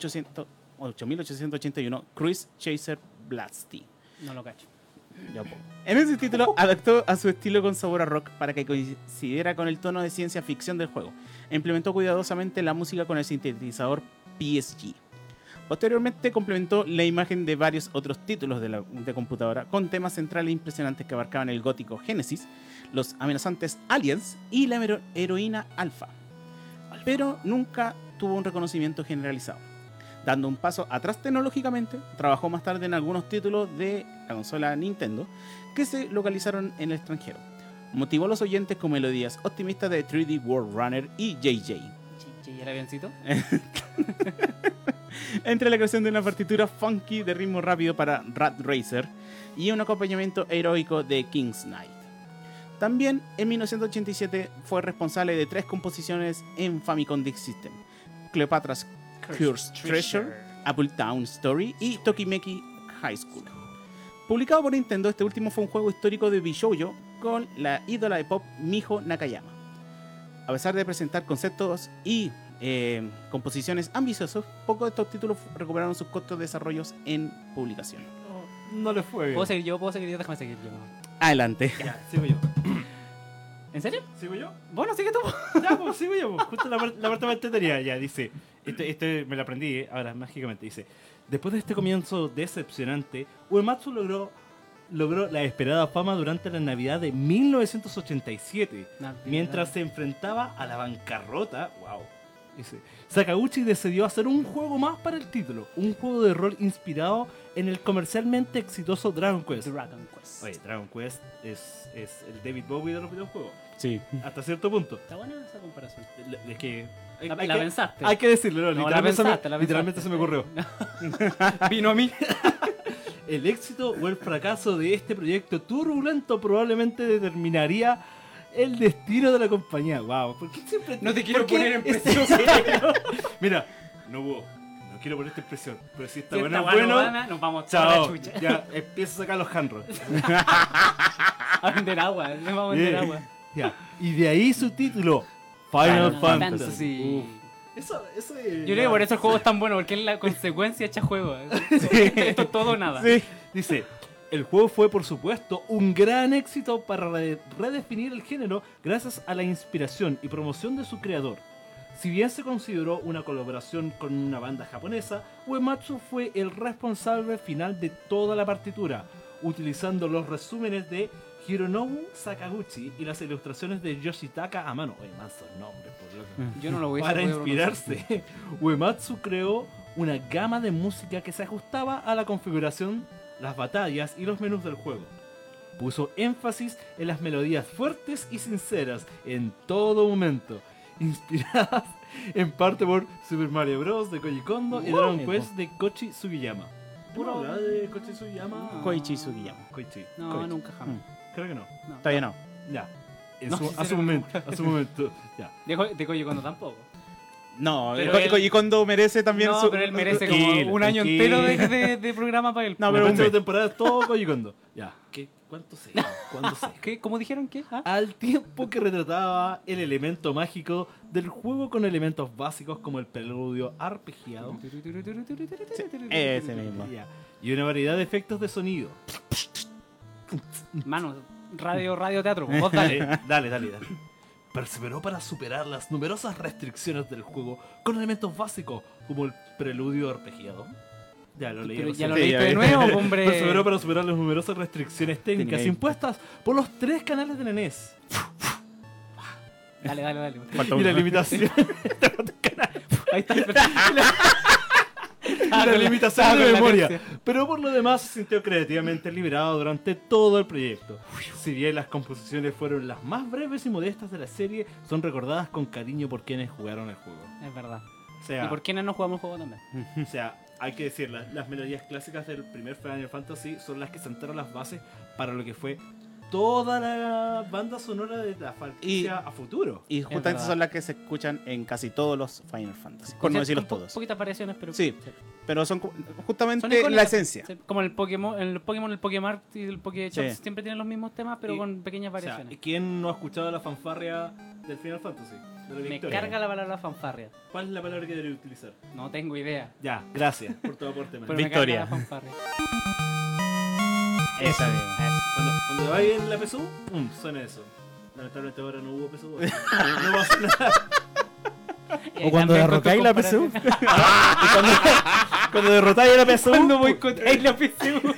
Speaker 3: 8881 Cruise Chaser Blasty.
Speaker 1: No lo cacho.
Speaker 3: En ese título adaptó a su estilo con sabor a rock para que coincidiera con el tono de ciencia ficción del juego. E implementó cuidadosamente la música con el sintetizador PSG. Posteriormente complementó la imagen de varios otros títulos de computadora con temas centrales impresionantes que abarcaban el gótico Genesis, los amenazantes Aliens y la heroína Alpha. Pero nunca tuvo un reconocimiento generalizado. Dando un paso atrás tecnológicamente, trabajó más tarde en algunos títulos de la consola Nintendo que se localizaron en el extranjero. Motivó a los oyentes con melodías optimistas de 3D World Runner y JJ.
Speaker 1: ¿Y el avioncito?
Speaker 3: Entre la creación de una partitura funky de ritmo rápido para Rat Racer y un acompañamiento heroico de King's Knight. También en 1987 fue responsable de 3 composiciones en Famicom Disk System: Cleopatra's Cursed Treasure, Apple Town Story y Tokimeki High School. Publicado por Nintendo, este último fue un juego histórico de Bishoujo con la ídola de pop Miho Nakayama. A pesar de presentar conceptos y composiciones ambiciosos, pocos de estos títulos recuperaron sus costos de desarrollos en publicación.
Speaker 2: No le fue bien.
Speaker 1: ¿Puedo seguir yo? Déjame seguir yo.
Speaker 3: Adelante.
Speaker 2: Ya, sigo yo.
Speaker 1: ¿En serio?
Speaker 2: ¿Sigo yo?
Speaker 1: Bueno, sigue tú.
Speaker 2: Ya, pues sigo yo. Pues. Justo la parte más entretenida. Ya, dice. Este me lo aprendí, ahora mágicamente. Dice: después de este comienzo decepcionante, Uematsu logró la esperada fama durante la Navidad de 1987, mientras se enfrentaba a la bancarrota. ¡Wow! Dice: Sakaguchi decidió hacer un juego más para el título, un juego de rol inspirado en el comercialmente exitoso Dragon Quest. Oye, Dragon Quest es el David Bowie de los videojuegos.
Speaker 3: Sí.
Speaker 2: Hasta cierto punto.
Speaker 1: Está buena esa comparación.
Speaker 2: Es que
Speaker 1: La pensaste.
Speaker 2: hay que decirlo,
Speaker 1: No, la pensaste.
Speaker 2: literalmente se me ocurrió.
Speaker 1: Vino a mí.
Speaker 2: El éxito o el fracaso de este proyecto turbulento probablemente determinaría el destino de la compañía. Wow, ¿por qué siempre
Speaker 1: No te quiero
Speaker 2: por qué
Speaker 1: poner en
Speaker 2: este-
Speaker 1: presión.
Speaker 2: Mira, no quiero ponerte en presión, pero si está
Speaker 1: Si
Speaker 2: bueno,
Speaker 1: esta
Speaker 2: bueno,
Speaker 1: guana, nos vamos a la
Speaker 2: chao.
Speaker 1: chucha.
Speaker 2: Ya empiezo a sacar los handros.
Speaker 1: A vender agua. Nos vamos a vender agua.
Speaker 2: Ya. Y de ahí su título, Final Fantasy. Eso es...
Speaker 1: Yo creo que por eso el juego es tan bueno, porque es la consecuencia hecha juego. Esto es todo o nada.
Speaker 2: Sí. Dice: el juego fue, por supuesto, un gran éxito para redefinir el género gracias a la inspiración y promoción de su creador. Si bien se consideró una colaboración con una banda japonesa, Uematsu fue el responsable final de toda la partitura, utilizando los resúmenes de Hironobu Sakaguchi y las ilustraciones de Yoshitaka Amano. Oye, mansos nombres, por Dios.
Speaker 1: Yo no lo voy a
Speaker 2: Para
Speaker 1: saber
Speaker 2: inspirarse, Uematsu creó una gama de música que se ajustaba a la configuración, las batallas y los menús del juego. Puso énfasis en las melodías fuertes y sinceras en todo momento, inspiradas en parte por Super Mario Bros. De Koji Kondo y Dragon Quest de Koichi Sugiyama. ¿Puro hablar de Koichi Sugiyama?
Speaker 3: Koichi Sugiyama.
Speaker 2: Koichi.
Speaker 1: No,
Speaker 2: Koichi.
Speaker 1: nunca jamás.
Speaker 2: Creo que no.
Speaker 3: Todavía no.
Speaker 2: Ya.
Speaker 1: No,
Speaker 2: A su momento. Ya.
Speaker 1: De Koji Kondo tampoco.
Speaker 3: No,
Speaker 1: Pero
Speaker 3: Koji Kondo merece también
Speaker 1: No,
Speaker 3: su...
Speaker 1: pero él merece como
Speaker 2: Tranquilo,
Speaker 1: un año
Speaker 2: tranquilo.
Speaker 1: entero de programa para él.
Speaker 3: No,
Speaker 2: La
Speaker 3: pero
Speaker 2: próxima
Speaker 3: un mes.
Speaker 2: temporada es todo Koji Kondo. Ya. ¿Cuánto sé? ¿Cuánto sé?
Speaker 1: ¿Qué? ¿Cómo dijeron qué? ¿Ah?
Speaker 2: Al tiempo que retrataba el elemento mágico del juego con elementos básicos como el preludio arpegiado
Speaker 3: Ese mismo.
Speaker 2: y una variedad de efectos de sonido.
Speaker 1: Mano, radio teatro. Vos dale.
Speaker 2: Dale. Perseveró para superar las numerosas restricciones del juego con elementos básicos como el preludio arpegiado. Ya lo leí.
Speaker 1: Pero
Speaker 2: recién.
Speaker 1: ya lo
Speaker 3: Sí,
Speaker 1: leíste
Speaker 3: ya
Speaker 1: de
Speaker 3: vi.
Speaker 1: nuevo, hombre.
Speaker 2: Perseveró para superar las numerosas restricciones técnicas
Speaker 3: Tiene que-
Speaker 2: impuestas por los 3 canales de la NES
Speaker 1: Dale.
Speaker 3: Falta
Speaker 2: y la
Speaker 3: uno.
Speaker 2: limitación.
Speaker 1: Ahí está.
Speaker 2: y la limitación
Speaker 1: Estaba
Speaker 2: de
Speaker 1: con la
Speaker 2: memoria.
Speaker 1: tercia.
Speaker 2: Pero por lo demás se sintió creativamente liberado durante todo el proyecto. Si bien las composiciones fueron las más breves y modestas de la serie, son recordadas con cariño por quienes jugaron el juego.
Speaker 1: Es verdad.
Speaker 2: O sea,
Speaker 1: ¿Y por qué no jugamos el juego también?
Speaker 2: o sea, hay que decir, las melodías clásicas del primer Final Fantasy son las que sentaron las bases para lo que fue toda la banda sonora de la franquicia a futuro.
Speaker 3: Y justamente
Speaker 1: verdad.
Speaker 3: son las que se escuchan en casi todos los Final Fantasy. Por no decirlos
Speaker 1: Con
Speaker 3: todos.
Speaker 1: poquitas variaciones, pero...
Speaker 3: Sí. Pero son justamente
Speaker 1: Son
Speaker 3: la
Speaker 1: icónicas.
Speaker 3: esencia.
Speaker 1: Sí, como el Pokémon, el Pokémon y el Pokéchop
Speaker 3: Sí.
Speaker 1: siempre tienen los mismos temas, pero
Speaker 2: Y-
Speaker 1: con pequeñas
Speaker 2: O sea,
Speaker 1: variaciones.
Speaker 2: ¿quién no ha escuchado la fanfarria del Final Fantasy? De la
Speaker 1: Me
Speaker 2: victoria.
Speaker 1: carga la palabra fanfarria.
Speaker 2: ¿Cuál es la palabra que debería utilizar?
Speaker 1: No tengo idea.
Speaker 2: Ya, gracias por tu aporte, man.
Speaker 1: Pero me
Speaker 3: Victoria.
Speaker 1: carga la fanfarria.
Speaker 3: Esa misma.
Speaker 2: Cuando vaya en la PSU, ¡pum! Suena eso. Lamentablemente ahora no hubo PSU. No va a sonar.
Speaker 1: Y
Speaker 4: O cuando
Speaker 1: también
Speaker 4: derrocáis
Speaker 1: con
Speaker 4: la
Speaker 1: tus
Speaker 4: PSU.
Speaker 1: comparaciones.
Speaker 2: Cuando derrotáis a la PSU,
Speaker 1: Cuando boicoteáis la PSU.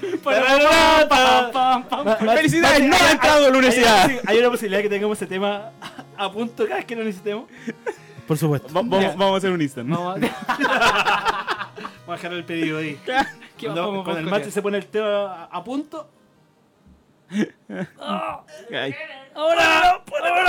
Speaker 3: ¡Felicidades! ¡No ha entrado a la universidad!
Speaker 2: Hay una posibilidad que tengamos ese tema a punto cada vez que lo necesitemos.
Speaker 4: Por supuesto.
Speaker 3: Vamos a hacer un instant.
Speaker 1: No,
Speaker 2: Vamos a dejar el pedido ahí.
Speaker 1: ¿qué
Speaker 2: Cuando,
Speaker 1: vamos a
Speaker 2: cuando el
Speaker 1: boicotear?
Speaker 2: match se pone el tema a punto.
Speaker 3: Ay.
Speaker 1: ¡Ahora!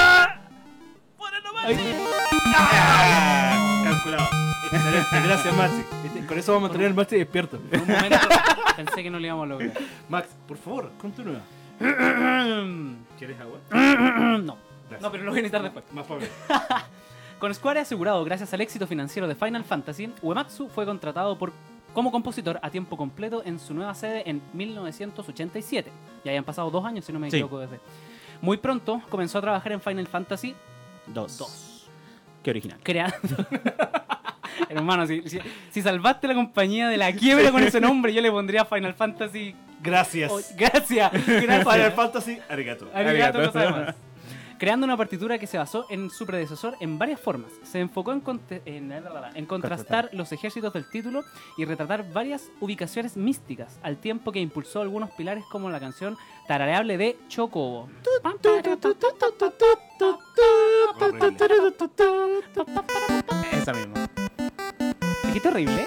Speaker 2: Calculado. Excelente, gracias Maxi. Con eso vamos a tener el Maxi despierto.
Speaker 1: Por un momento pensé que no lo íbamos a lograr.
Speaker 2: Max, por favor, continúa. ¿Quieres agua?
Speaker 1: No, no, pero lo voy a necesitar después.
Speaker 2: Más pobre.
Speaker 1: Con Square asegurado gracias al éxito financiero de Final Fantasy, Uematsu fue contratado como compositor a tiempo completo en su nueva sede en 1987. Ya habían pasado 2 años, si no me
Speaker 3: Sí.
Speaker 1: equivoco, desde. Muy pronto comenzó a trabajar en Final Fantasy
Speaker 3: Dos. Qué original.
Speaker 1: creando... Hermano, si salvaste la compañía de la quiebra con ese nombre, yo le pondría Final Fantasy...
Speaker 2: Gracias.
Speaker 1: Gracias.
Speaker 2: Final
Speaker 1: Gracias.
Speaker 2: Fantasy, arigato.
Speaker 1: Arigato
Speaker 3: Arigato.
Speaker 1: gozaimasu. Creando una partitura que se basó en su predecesor en varias formas. Se enfocó en contrastar los ejércitos del título y retratar varias ubicaciones místicas, al tiempo que impulsó algunos pilares como la canción tarareable de Chocobo.
Speaker 3: Esa misma.
Speaker 1: ¿Dijiste horrible?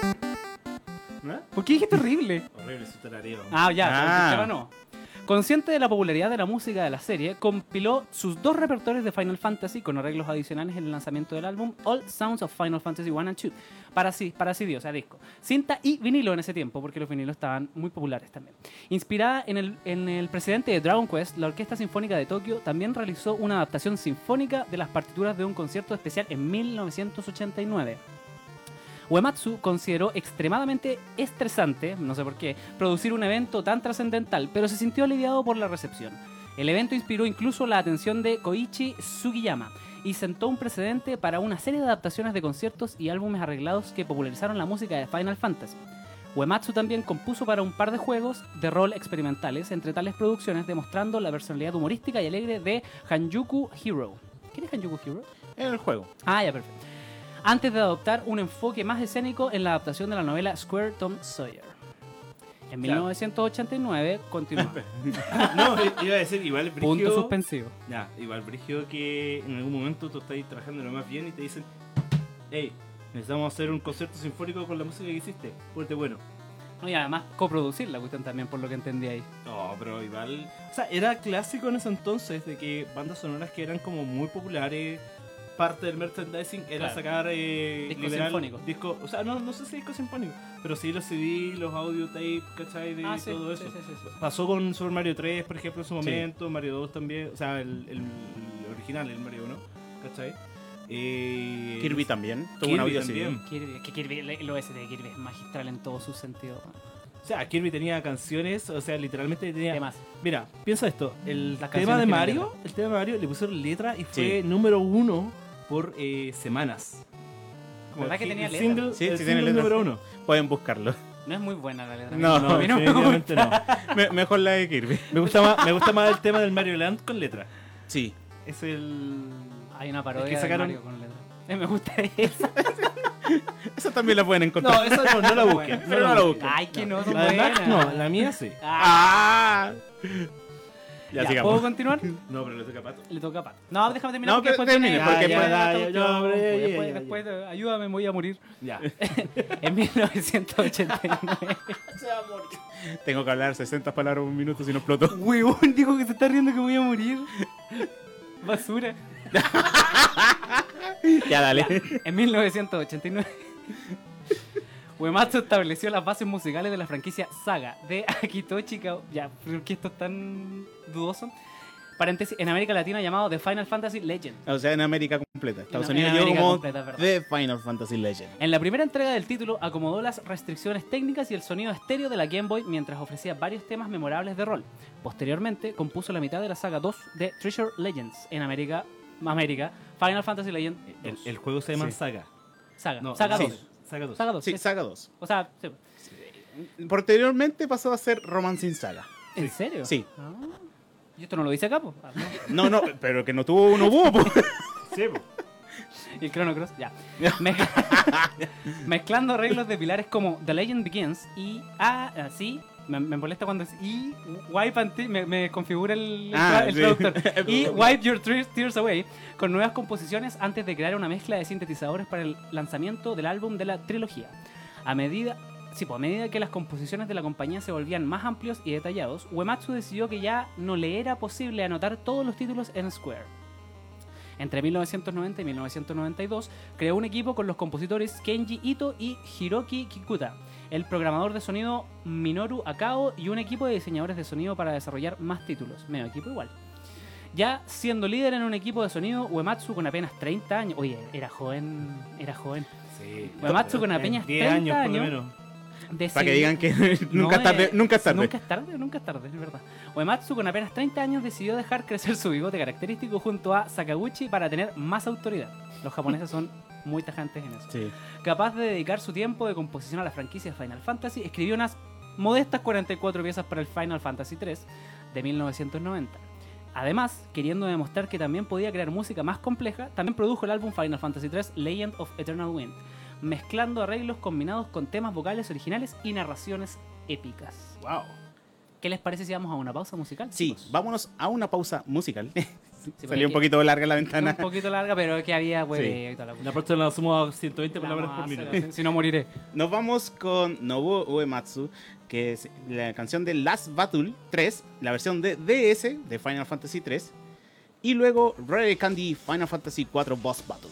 Speaker 2: ¿No?
Speaker 1: ¿Por qué dijiste horrible?
Speaker 2: Horrible su tarareo.
Speaker 1: Ah, ya,
Speaker 3: Ah.
Speaker 1: pero no. Consciente de la popularidad de la música de la serie, compiló sus 2 repertorios de Final Fantasy con arreglos adicionales en el lanzamiento del álbum All Sounds of Final Fantasy 1 and 2 para CD, o sea, disco, cinta y vinilo en ese tiempo, porque los vinilos estaban muy populares también. Inspirada en el precedente de Dragon Quest, la Orquesta Sinfónica de Tokio también realizó una adaptación sinfónica de las partituras de un concierto especial en 1989. Uematsu consideró extremadamente estresante, no sé por qué, producir un evento tan trascendental, pero se sintió aliviado por la recepción. El evento inspiró incluso la atención de Koichi Sugiyama y sentó un precedente para una serie de adaptaciones de conciertos y álbumes arreglados que popularizaron la música de Final Fantasy. Uematsu también compuso para un par de juegos de rol experimentales, entre tales producciones demostrando la personalidad humorística y alegre de Hanjuku Hero. ¿Quién es Hanjuku Hero?
Speaker 3: En el juego.
Speaker 1: Ah, ya, perfecto. Antes de adoptar un enfoque más escénico en la adaptación de la novela Square Tom Sawyer. En 1989 continúa.
Speaker 2: No, iba a decir igual Brigio.
Speaker 1: Punto suspensivo.
Speaker 2: Ya, igual Brigio que en algún momento tú estás trabajando lo más bien y te dicen, hey, necesitamos hacer un concierto sinfónico con la música que hiciste. Fuerte bueno.
Speaker 1: No, y además coproducir la cuestión también, por lo que entendí ahí.
Speaker 2: No, pero igual. O sea, era clásico en ese entonces de que bandas sonoras que eran como muy populares, parte del merchandising era
Speaker 1: Claro.
Speaker 2: sacar
Speaker 1: Discos sinfónicos.
Speaker 2: discos, o sea, no sé si discos sinfónicos, pero sí los CD, los audio tape, ¿cachai? De
Speaker 1: Ah, sí,
Speaker 2: todo
Speaker 1: sí,
Speaker 2: eso.
Speaker 1: sí, sí, sí.
Speaker 2: Pasó con Super Mario 3, por ejemplo, en su momento, Mario 2 también, o sea, el original, el Mario 1, ¿cachai?
Speaker 3: Kirby también. Tuvo
Speaker 2: Kirby
Speaker 3: un audio así.
Speaker 2: también.
Speaker 1: Kirby, que Kirby, el OST de Kirby es magistral en todo su sentido.
Speaker 2: O sea, Kirby tenía canciones, o sea, literalmente tenía...
Speaker 1: Temas.
Speaker 2: Mira, piensa esto, el
Speaker 1: Las
Speaker 2: tema
Speaker 1: canciones
Speaker 2: de
Speaker 1: tienen
Speaker 2: Mario, el tema de Mario le pusieron letra y fue
Speaker 3: Sí.
Speaker 2: número 1 por semanas.
Speaker 1: ¿Verdad que
Speaker 2: el
Speaker 1: tenía letra?
Speaker 2: single,
Speaker 3: Sí,
Speaker 2: el
Speaker 3: sí tiene
Speaker 2: single
Speaker 3: letra.
Speaker 2: número 1.
Speaker 3: Pueden buscarlo.
Speaker 1: No es muy buena la letra.
Speaker 3: No,
Speaker 2: No,
Speaker 1: a mí no me
Speaker 2: definitivamente no.
Speaker 3: Mejor la de Kirby.
Speaker 2: Me gusta más el tema del Mario Land con letra.
Speaker 3: Sí.
Speaker 2: Es el...
Speaker 1: Hay una parodia
Speaker 2: Es que sacaron-
Speaker 1: de Mario con letra. Me gusta esa.
Speaker 3: Esa también la pueden encontrar.
Speaker 2: No, esa no la busquen.
Speaker 3: Pero no la busquen.
Speaker 1: Ay, que no, son
Speaker 2: La de Max
Speaker 1: buenas.
Speaker 2: no, la mía sí.
Speaker 1: Ah,
Speaker 3: ¡Ah!
Speaker 1: ya,
Speaker 3: Ya, sigamos.
Speaker 1: ¿puedo continuar?
Speaker 2: No, pero le toca a Pato.
Speaker 1: Le toca a Pato. No, déjame terminar
Speaker 3: No,
Speaker 1: porque después
Speaker 3: termine,
Speaker 1: viene-
Speaker 3: porque
Speaker 1: Ya,
Speaker 3: después-
Speaker 1: ya,
Speaker 2: ya,
Speaker 1: ya,
Speaker 2: hombre, ya,
Speaker 1: después,
Speaker 2: ya,
Speaker 1: después, ayúdame, me voy a morir.
Speaker 2: Ya.
Speaker 1: En 1989.
Speaker 3: Tengo que hablar 60 palabras por un minuto si no exploto.
Speaker 1: Huevón, dijo que se está riendo que voy a morir. Basura.
Speaker 3: Ya, dale.
Speaker 1: En 1989, Uematsu estableció las bases musicales de la franquicia Saga de Akitoshi Ya, ¿por qué esto es tan dudoso? Paréntesis, en América Latina llamado The Final Fantasy Legend.
Speaker 3: O sea, en América completa. Estados
Speaker 1: En
Speaker 3: Unidos
Speaker 1: América
Speaker 3: llegó como
Speaker 1: completa, es verdad.
Speaker 3: The Final Fantasy Legend.
Speaker 1: En la primera entrega del título acomodó las restricciones técnicas y el sonido estéreo de la Game Boy mientras ofrecía varios temas memorables de rol. Posteriormente compuso la mitad de la saga 2 de Treasure Legends en América, Final Fantasy Legend 2.
Speaker 2: El juego se llama
Speaker 3: Sí.
Speaker 2: Saga.
Speaker 1: Saga,
Speaker 2: No,
Speaker 1: saga
Speaker 2: sí,
Speaker 1: 2.
Speaker 2: Saga 2.
Speaker 1: Saga 2.
Speaker 3: Sí,
Speaker 1: sí.
Speaker 3: Saga 2.
Speaker 1: O sea, sí.
Speaker 3: Posteriormente pasó a ser Romancing Saga.
Speaker 1: ¿En serio?
Speaker 3: Sí.
Speaker 1: Ah. ¿Y esto no lo dice acá, po? Ah,
Speaker 3: No, no, pero que no tuvo uno búho, po.
Speaker 2: Sí, po.
Speaker 1: Y el Chrono Cross, ya. Mezcla- Mezclando arreglos de pilares como The Legend Begins y sí, me molesta cuando es y Wipe and me configura el
Speaker 3: Ah, sí.
Speaker 1: traductor. Y Wipe Your Tears Away con nuevas composiciones antes de crear una mezcla de sintetizadores para el lanzamiento del álbum de la trilogía. A medida que las composiciones de la compañía se volvían más amplios y detallados, Uematsu decidió que ya no le era posible anotar todos los títulos en Square. Entre 1990 y 1992 creó un equipo con los compositores Kenji Ito y Hiroki Kikuta, el programador de sonido Minoru Akao y un equipo de diseñadores de sonido para desarrollar más títulos. Medio equipo igual. Ya siendo líder en un equipo de sonido, Uematsu con apenas 30 años... Oye, era joven.
Speaker 2: Sí.
Speaker 1: Uematsu con apenas
Speaker 2: 10
Speaker 1: 30
Speaker 2: años, por lo
Speaker 1: años.
Speaker 2: menos.
Speaker 3: Para que digan que
Speaker 1: No,
Speaker 3: nunca es tarde, nunca es tarde.
Speaker 1: Nunca es tarde, es verdad. Uematsu con apenas 30 años decidió dejar crecer su bigote característico junto a Sakaguchi para tener más autoridad. Los japoneses son muy tajantes en eso.
Speaker 3: Sí.
Speaker 1: Capaz de dedicar su tiempo de composición a la franquicia Final Fantasy, escribió unas modestas 44 piezas para el Final Fantasy III de 1990. Además, queriendo demostrar que también podía crear música más compleja, también produjo el álbum Final Fantasy III Legend of Eternal Wind, mezclando arreglos combinados con temas vocales originales y narraciones épicas.
Speaker 2: Wow.
Speaker 1: ¿Qué les parece si vamos a una pausa musical?
Speaker 3: Sí,
Speaker 1: chicos?
Speaker 3: vámonos a una pausa musical.
Speaker 1: porque
Speaker 3: Salió un poquito larga la ventana.
Speaker 1: Un poquito larga, pero que había hueveo
Speaker 3: Sí.
Speaker 1: y toda la
Speaker 2: La próxima la sumo a 120
Speaker 1: La
Speaker 2: palabras por
Speaker 1: masa,
Speaker 2: minuto.
Speaker 1: si no moriré.
Speaker 3: Nos vamos con Nobuo Uematsu, que es la canción de Last Battle 3, la versión de DS de Final Fantasy 3, y luego Rare Candy Final Fantasy 4 Boss Battle.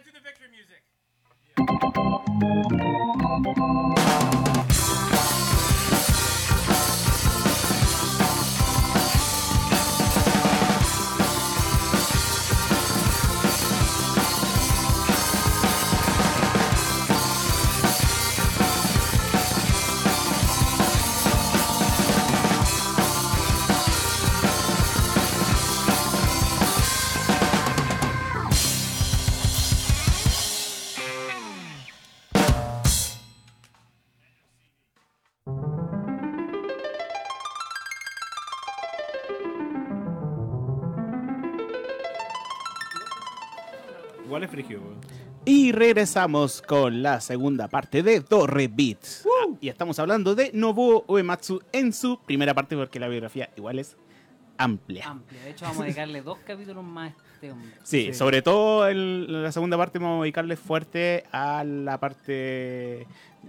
Speaker 2: Igual es frigio, weón.
Speaker 3: Y regresamos con la segunda parte de Torre Beats. Y estamos hablando de Nobuo Uematsu en su primera parte, porque la biografía igual es amplia.
Speaker 1: Amplia. De hecho, vamos a dedicarle 2 capítulos más a este hombre.
Speaker 3: Sí,
Speaker 2: Sí.
Speaker 3: sobre todo en la segunda parte vamos a dedicarle fuerte a la parte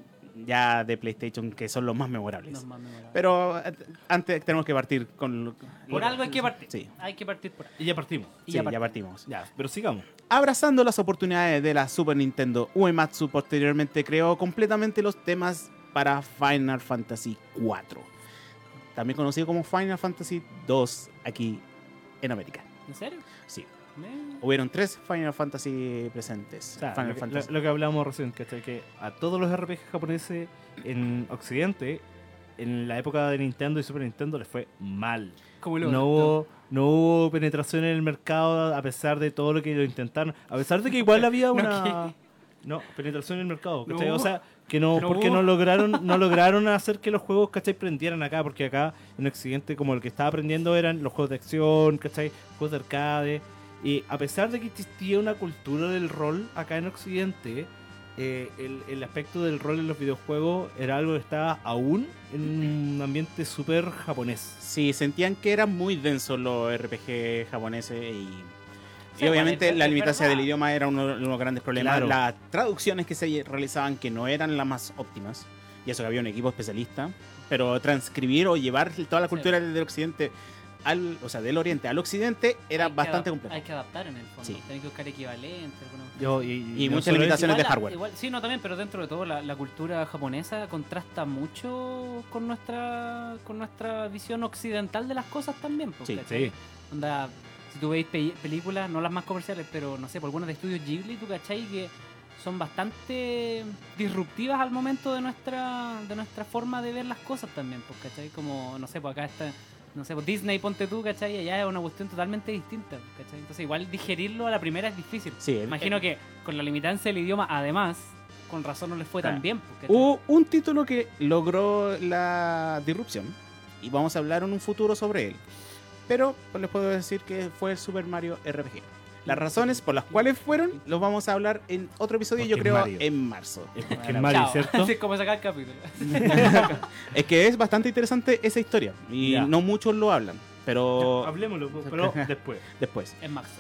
Speaker 3: ya de PlayStation, que son los más memorables.
Speaker 1: No es más memorable.
Speaker 3: Pero antes tenemos que partir con...
Speaker 1: Por algo hay que partir.
Speaker 3: Sí.
Speaker 1: Hay que partir por ahí.
Speaker 2: Y ya partimos.
Speaker 1: Y
Speaker 3: Sí,
Speaker 1: ya
Speaker 3: ya
Speaker 1: partimos.
Speaker 3: partimos.
Speaker 2: Ya, pero sigamos.
Speaker 3: Abrazando las oportunidades de la Super Nintendo, Uematsu posteriormente creó completamente los temas para Final Fantasy IV, también conocido como Final Fantasy II aquí en América.
Speaker 1: ¿En serio?
Speaker 3: Sí,
Speaker 1: Me-
Speaker 3: hubieron 3 Final Fantasy presentes.
Speaker 2: O sea,
Speaker 3: Final
Speaker 2: lo, que-
Speaker 3: Fantasy.
Speaker 2: lo que hablamos recién, ¿cachai? Que a todos los RPG japoneses en Occidente, en la época de Nintendo y Super Nintendo, les fue mal.
Speaker 1: Como el
Speaker 2: No hubo penetración en el mercado a pesar de todo lo que lo intentaron. A pesar de que igual había una... No, penetración en el mercado, ¿cachai?
Speaker 1: No.
Speaker 2: O sea, que no,
Speaker 1: No
Speaker 2: porque
Speaker 1: hubo.
Speaker 2: no lograron hacer que los juegos, ¿cachai? Prendieran acá, porque acá en Occidente como el que estaba aprendiendo eran los juegos de acción, ¿cachai? Juegos de arcade. Y a pesar de que existía una cultura del rol acá en Occidente, el aspecto del rol en los videojuegos era algo que estaba aún en un ambiente súper japonés.
Speaker 3: Sí, sentían que eran muy densos los RPG japoneses y
Speaker 1: Sí,
Speaker 3: obviamente
Speaker 1: igual,
Speaker 3: la
Speaker 1: es
Speaker 3: limitancia
Speaker 1: verdad.
Speaker 3: del idioma era uno de los grandes problemas.
Speaker 2: Claro.
Speaker 3: Las traducciones que se realizaban que no eran las más óptimas, y eso que había un equipo especialista, pero transcribir o llevar toda la cultura del occidente o sea, del oriente al occidente era
Speaker 1: Hay que
Speaker 3: bastante
Speaker 1: adap-
Speaker 3: complejo.
Speaker 1: Hay que adaptar en el fondo.
Speaker 3: Sí.
Speaker 1: Tenés que buscar equivalentes.
Speaker 3: Y
Speaker 2: no
Speaker 3: muchas
Speaker 2: solo
Speaker 3: limitaciones de
Speaker 1: Igual
Speaker 3: hardware.
Speaker 1: igual, sí, no, también, pero dentro de todo la cultura japonesa contrasta mucho con nuestra visión occidental de las cosas también. Pues,
Speaker 3: Sí,
Speaker 1: ¿cachai?
Speaker 2: sí.
Speaker 1: Onda, si tú veis películas, no las más comerciales, pero no sé, por algunas de estudios Ghibli, tú cachai que son bastante disruptivas al momento de nuestra forma de ver las cosas también, pues, ¿cachai? Como, no sé, pues acá está, no sé, pues Disney, ponte tú, ¿cachai? Allá es una cuestión totalmente distinta, ¿cachai? Entonces igual digerirlo a la primera es difícil.
Speaker 3: Sí,
Speaker 1: Imagino que con la limitancia del idioma, además, con razón no les fue
Speaker 3: Claro.
Speaker 1: tan bien, pues, ¿cachai?
Speaker 3: hubo un título que logró la disrupción y vamos a hablar en un futuro sobre él. Pero pues, les puedo decir que fue el Super Mario RPG. Las razones por las cuales fueron, los vamos a hablar en otro episodio, yo
Speaker 2: Porque es
Speaker 3: creo
Speaker 2: Mario.
Speaker 3: en marzo.
Speaker 2: Es porque
Speaker 1: Bueno,
Speaker 2: es Mario,
Speaker 1: chao.
Speaker 2: ¿cierto?
Speaker 1: Así es como sacar el capítulo.
Speaker 3: Es que es bastante interesante esa historia y
Speaker 2: Ya.
Speaker 3: no muchos lo hablan, pero
Speaker 2: Hablemoslo, pero después.
Speaker 3: después.
Speaker 1: Es marzo.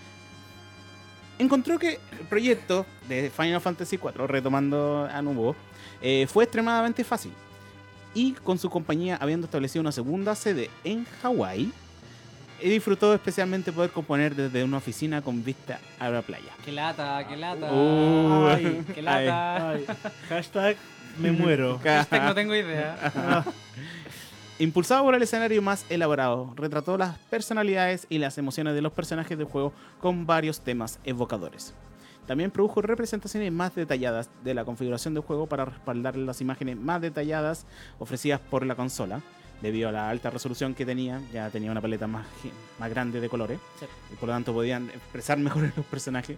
Speaker 3: Encontró que el proyecto de Final Fantasy IV, retomando a Nobuo, fue extremadamente fácil. Y con su compañía habiendo establecido una segunda sede en Hawái, disfrutó especialmente poder componer desde una oficina con vista a la playa.
Speaker 1: Qué lata, qué lata.
Speaker 2: Ay,
Speaker 1: qué lata.
Speaker 2: Ay, hashtag me muero.
Speaker 1: Hashtag no tengo idea.
Speaker 3: Impulsado por el escenario más elaborado, retrató las personalidades y las emociones de los personajes del juego con varios temas evocadores. También produjo representaciones más detalladas de la configuración del juego para respaldar las imágenes más detalladas ofrecidas por la consola. Debido a la alta resolución que tenía, ya tenía una paleta más grande de colores
Speaker 1: Sí.
Speaker 3: y por lo tanto podían expresar mejor los personajes.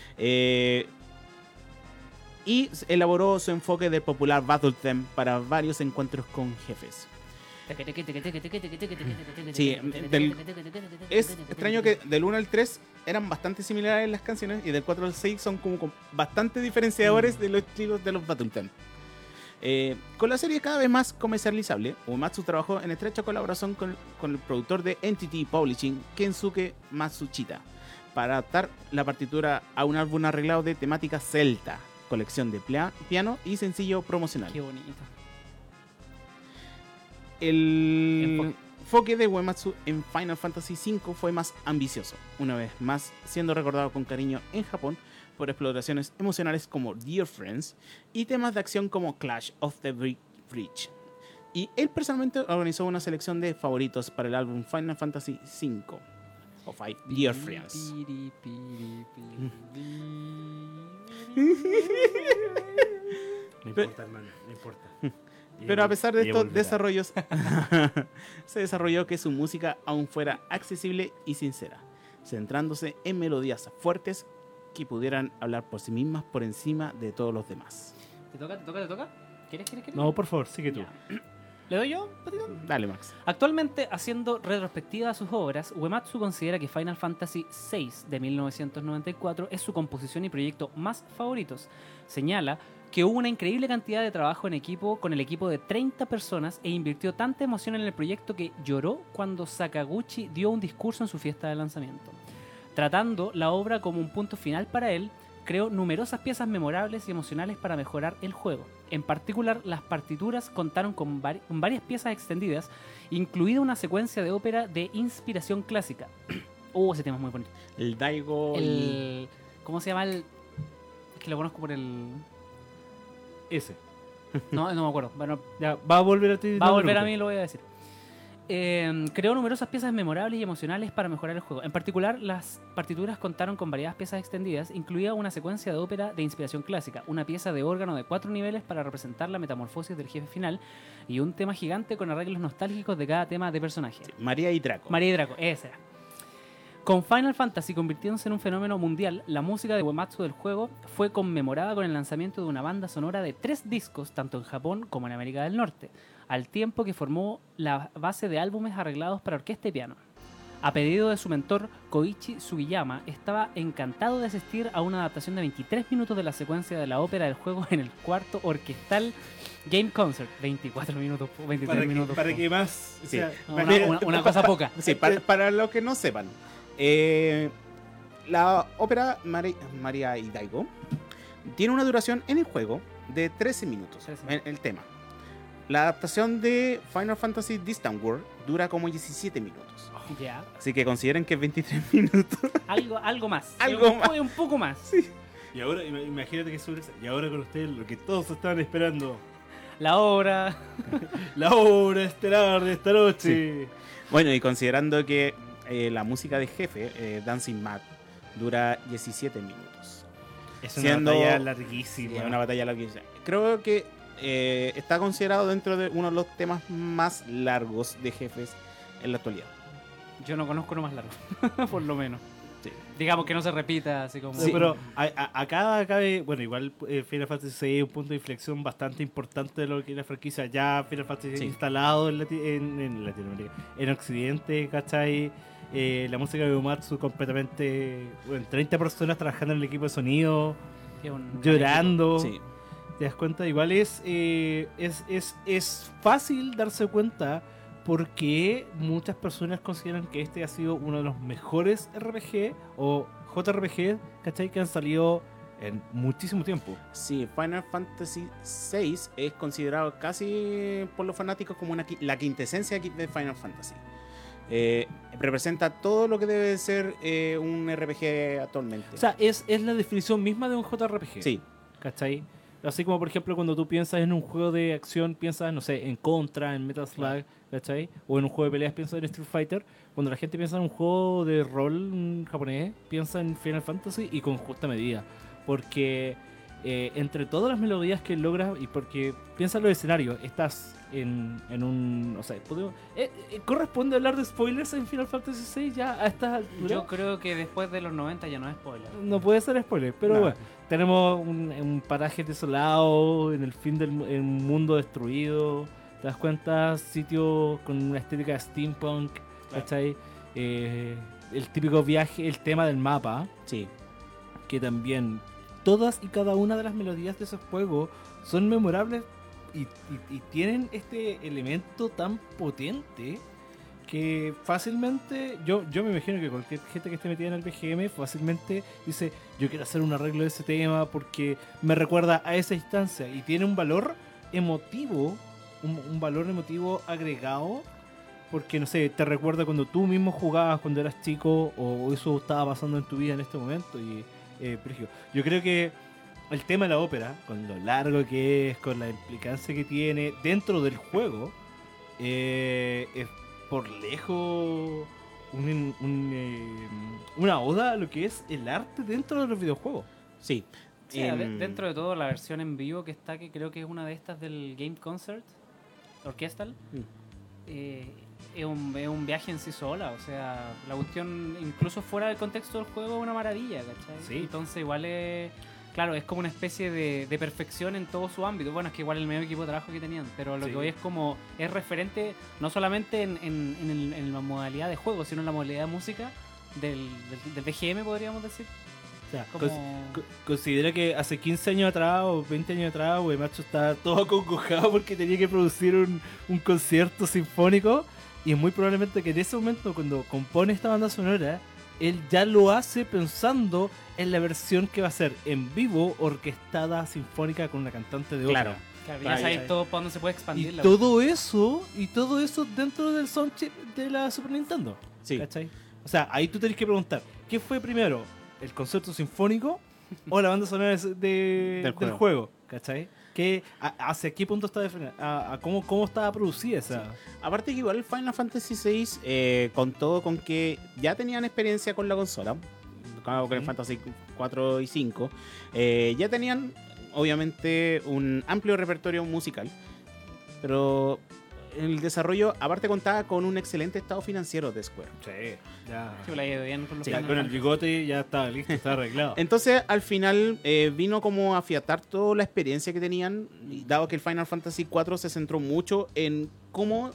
Speaker 3: Y elaboró su enfoque del popular Battle Theme para varios encuentros con jefes. Sí, Es extraño que del 1 al 3 eran bastante similares las canciones y del 4 al 6 son como bastante diferenciadores de los estilos de los Battle Theme. Con la serie cada vez más comercializable, Uematsu trabajó en estrecha colaboración con el productor de Entity Publishing, Kensuke Matsushita, para adaptar la partitura a un álbum arreglado de temática celta, colección de piano y sencillo promocional.
Speaker 1: Qué bonito.
Speaker 3: El enfoque de Uematsu en Final Fantasy V fue más ambicioso, una vez más siendo recordado con cariño en Japón por exploraciones emocionales como Dear Friends y temas de acción como Clash of the Bridge. Y él personalmente organizó una selección de favoritos para el álbum Final Fantasy V o Five Dear Friends.
Speaker 2: No importa, hermano, no importa.
Speaker 3: Pero a pesar de
Speaker 2: Ella
Speaker 3: estos
Speaker 2: volverá.
Speaker 3: desarrollos, se desarrolló que su música aún fuera accesible y sincera, centrándose en melodías fuertes que pudieran hablar por sí mismas por encima de todos los demás.
Speaker 1: ¿Te toca? ¿Te toca? ¿Te toca? ¿Quieres?
Speaker 2: No, por favor, sigue tú.
Speaker 1: Ya. ¿Le doy yo, Patito?
Speaker 3: Dale, Max.
Speaker 1: Actualmente, haciendo retrospectiva a sus obras, Uematsu considera que Final Fantasy VI de 1994 es su composición y proyecto más favoritos. Señala que hubo una increíble cantidad de trabajo en equipo con el equipo de 30 personas e invirtió tanta emoción en el proyecto que lloró cuando Sakaguchi dio un discurso en su fiesta de lanzamiento. Tratando la obra como un punto final para él, creó numerosas piezas memorables y emocionales para mejorar el juego. En particular, las partituras contaron con varias piezas extendidas, incluida una secuencia de ópera de inspiración clásica. Ese tema es muy bonito.
Speaker 3: El Daigo y...
Speaker 1: ¿Cómo se llama el...? Es que lo conozco por el...
Speaker 2: Ese.
Speaker 1: No me acuerdo. Bueno,
Speaker 2: Ya, va a volver a ti.
Speaker 1: va a
Speaker 2: no te
Speaker 1: volver a
Speaker 2: preocupes.
Speaker 1: mí, lo voy a decir. Creó numerosas piezas memorables y emocionales para mejorar el juego. En particular, las partituras contaron con variadas piezas extendidas, incluida una secuencia de ópera de inspiración clásica, una pieza de órgano de 4 niveles para representar la metamorfosis del jefe final y un tema gigante con arreglos nostálgicos de cada tema de personaje.
Speaker 3: María y Draco.
Speaker 1: María y Draco, esa era. Con Final Fantasy convirtiéndose en un fenómeno mundial, la música de Uematsu del juego fue conmemorada con el lanzamiento de una banda sonora de 3 discos, tanto en Japón como en América del Norte, al tiempo que formó la base de álbumes arreglados para orquesta y piano. A pedido de su mentor, Koichi Sugiyama, estaba encantado de asistir a una adaptación de 23 minutos de la secuencia de la ópera del juego en el cuarto orquestal Game Concert. 24 minutos, 23 minutos.
Speaker 2: Para que más. O
Speaker 3: Sí.
Speaker 2: sea,
Speaker 1: Una cosa poca.
Speaker 3: Sí, para los que no sepan, la ópera María y Daigo tiene una duración en el juego de 13 minutos,
Speaker 1: 13
Speaker 3: en el tema. La adaptación de Final Fantasy Distant World dura como 17 minutos.
Speaker 1: Ya.
Speaker 3: Así que consideren que es 23 minutos.
Speaker 1: Algo más.
Speaker 3: Algo más.
Speaker 1: Un poco más.
Speaker 2: Y ahora, imagínate que sobre. Y ahora con ustedes, lo que todos estaban esperando:
Speaker 1: La obra.
Speaker 2: la obra estelar de esta noche.
Speaker 3: Bueno, y considerando que la música de jefe, Dancing Mad, dura 17 minutos.
Speaker 2: Es una
Speaker 3: Siendo-
Speaker 2: batalla
Speaker 3: Sí,
Speaker 2: larguísima.
Speaker 3: es una batalla larguísima. Creo que está considerado dentro de uno de los temas más largos de jefes en la actualidad.
Speaker 1: Yo no conozco uno más largo. Por lo menos.
Speaker 3: Sí.
Speaker 1: Digamos que no se repita así como.
Speaker 2: No, pero acá cabe, bueno, igual Final Fantasy VI es un punto de inflexión bastante importante de lo que es la franquicia. Ya Final Fantasy
Speaker 3: Sí.
Speaker 2: instalado en Latinoamérica, en Occidente, ¿cachai? La música de Uematsu completamente, bueno, 30 personas trabajando en el equipo de sonido,
Speaker 1: Que es un-
Speaker 2: llorando.
Speaker 3: Sí.
Speaker 2: ¿Te das cuenta? Igual es fácil darse cuenta porque muchas personas consideran que este ha sido uno de los mejores RPG o JRPG, ¿cachai? Que han salido en muchísimo tiempo.
Speaker 3: Sí, Final Fantasy VI es considerado casi por los fanáticos como la quintesencia de Final Fantasy. Representa todo lo que debe ser un RPG actualmente.
Speaker 2: O sea, es la definición misma de un JRPG.
Speaker 3: sí,
Speaker 2: ¿Cachai? Así como, por ejemplo, cuando tú piensas en un juego de acción, piensas, no sé, en Contra, en Metal Slug, ¿cachai? O en un juego de peleas, piensas en Street Fighter. Cuando la gente piensa en un juego de rol japonés, piensa en Final Fantasy y con justa medida. Porque entre todas las melodías que logras, y porque piensa en los escenarios, estás en un... O sea, ¿corresponde hablar de spoilers en Final Fantasy VI ya a estas alturas?
Speaker 1: Yo creo que después de los 90 ya no es spoiler.
Speaker 2: No puede ser spoiler, pero
Speaker 3: No.
Speaker 2: bueno, tenemos un paraje desolado en el fin del en un mundo destruido. ¿Te das cuenta? Sitio con una estética de steampunk, ¿cachai? El típico viaje, el tema del mapa,
Speaker 3: sí.
Speaker 2: que también todas y cada una de las melodías de esos juegos son memorables y tienen este elemento tan potente que fácilmente, yo me imagino que cualquier gente que esté metida en el BGM fácilmente dice, yo quiero hacer un arreglo de ese tema porque me recuerda a esa instancia y tiene un valor emotivo, un valor emotivo agregado, porque no sé, te recuerda cuando tú mismo jugabas cuando eras chico o eso estaba pasando en tu vida en este momento y brígido. Yo creo que el tema de la ópera, con lo largo que es, con la implicancia que tiene dentro del juego, es por lejos una oda a lo que es el arte dentro de los videojuegos.
Speaker 3: Sí.
Speaker 1: Sí, dentro de todo, la versión en vivo que está, que creo que es una de estas del Game Concert Orchestral, es un viaje en sí sola. O sea, la cuestión, incluso fuera del contexto del juego, es una maravilla, ¿cachai?
Speaker 2: Sí.
Speaker 1: Entonces, igual es. Claro, es como una especie de perfección en todo su ámbito. Bueno, es que igual el medio equipo de trabajo que tenían, pero lo
Speaker 2: Sí.
Speaker 1: que hoy es como. Es referente no solamente en la modalidad de juego, sino en la modalidad de música del BGM, podríamos decir.
Speaker 2: O sea,
Speaker 1: Como-
Speaker 2: considera que hace 15 años atrás o 20 años atrás, Uematsu estaba todo acongojado porque tenía que producir un concierto sinfónico, y es muy probablemente que en ese momento, cuando compone esta banda sonora, él ya lo hace pensando en la versión que va a ser en vivo, orquestada, sinfónica, con una cantante de ópera.
Speaker 3: Claro.
Speaker 1: Claro,
Speaker 3: Claro,
Speaker 1: ya sabéis
Speaker 3: ya.
Speaker 1: todo para dónde se puede expandir
Speaker 2: Y
Speaker 1: la
Speaker 2: todo eso dentro del soundchip de la Super Nintendo.
Speaker 3: Sí.
Speaker 2: ¿Cachai? O sea, ahí tú tenés que preguntar, ¿qué fue primero? ¿El concierto sinfónico o la banda sonora del juego? ¿Cachai? ¿Hacia qué punto está definida? ¿Cómo estaba producida esa?
Speaker 3: Aparte que igual el Final Fantasy VI contó con que ya tenían experiencia con la consola, con el
Speaker 2: Sí.
Speaker 3: Fantasy 4 y 5, ya tenían obviamente un amplio repertorio musical, pero el desarrollo aparte contaba con un excelente estado financiero de Square.
Speaker 2: Sí, ya.
Speaker 1: Sí, le ha ido bien con los
Speaker 3: Sí,
Speaker 1: Final
Speaker 2: Con el
Speaker 1: Fantasy.
Speaker 2: bigote ya estaba listo, estaba arreglado.
Speaker 3: Entonces, al final, vino como a afiatar toda la experiencia que tenían, y dado que el Final Fantasy IV se centró mucho en cómo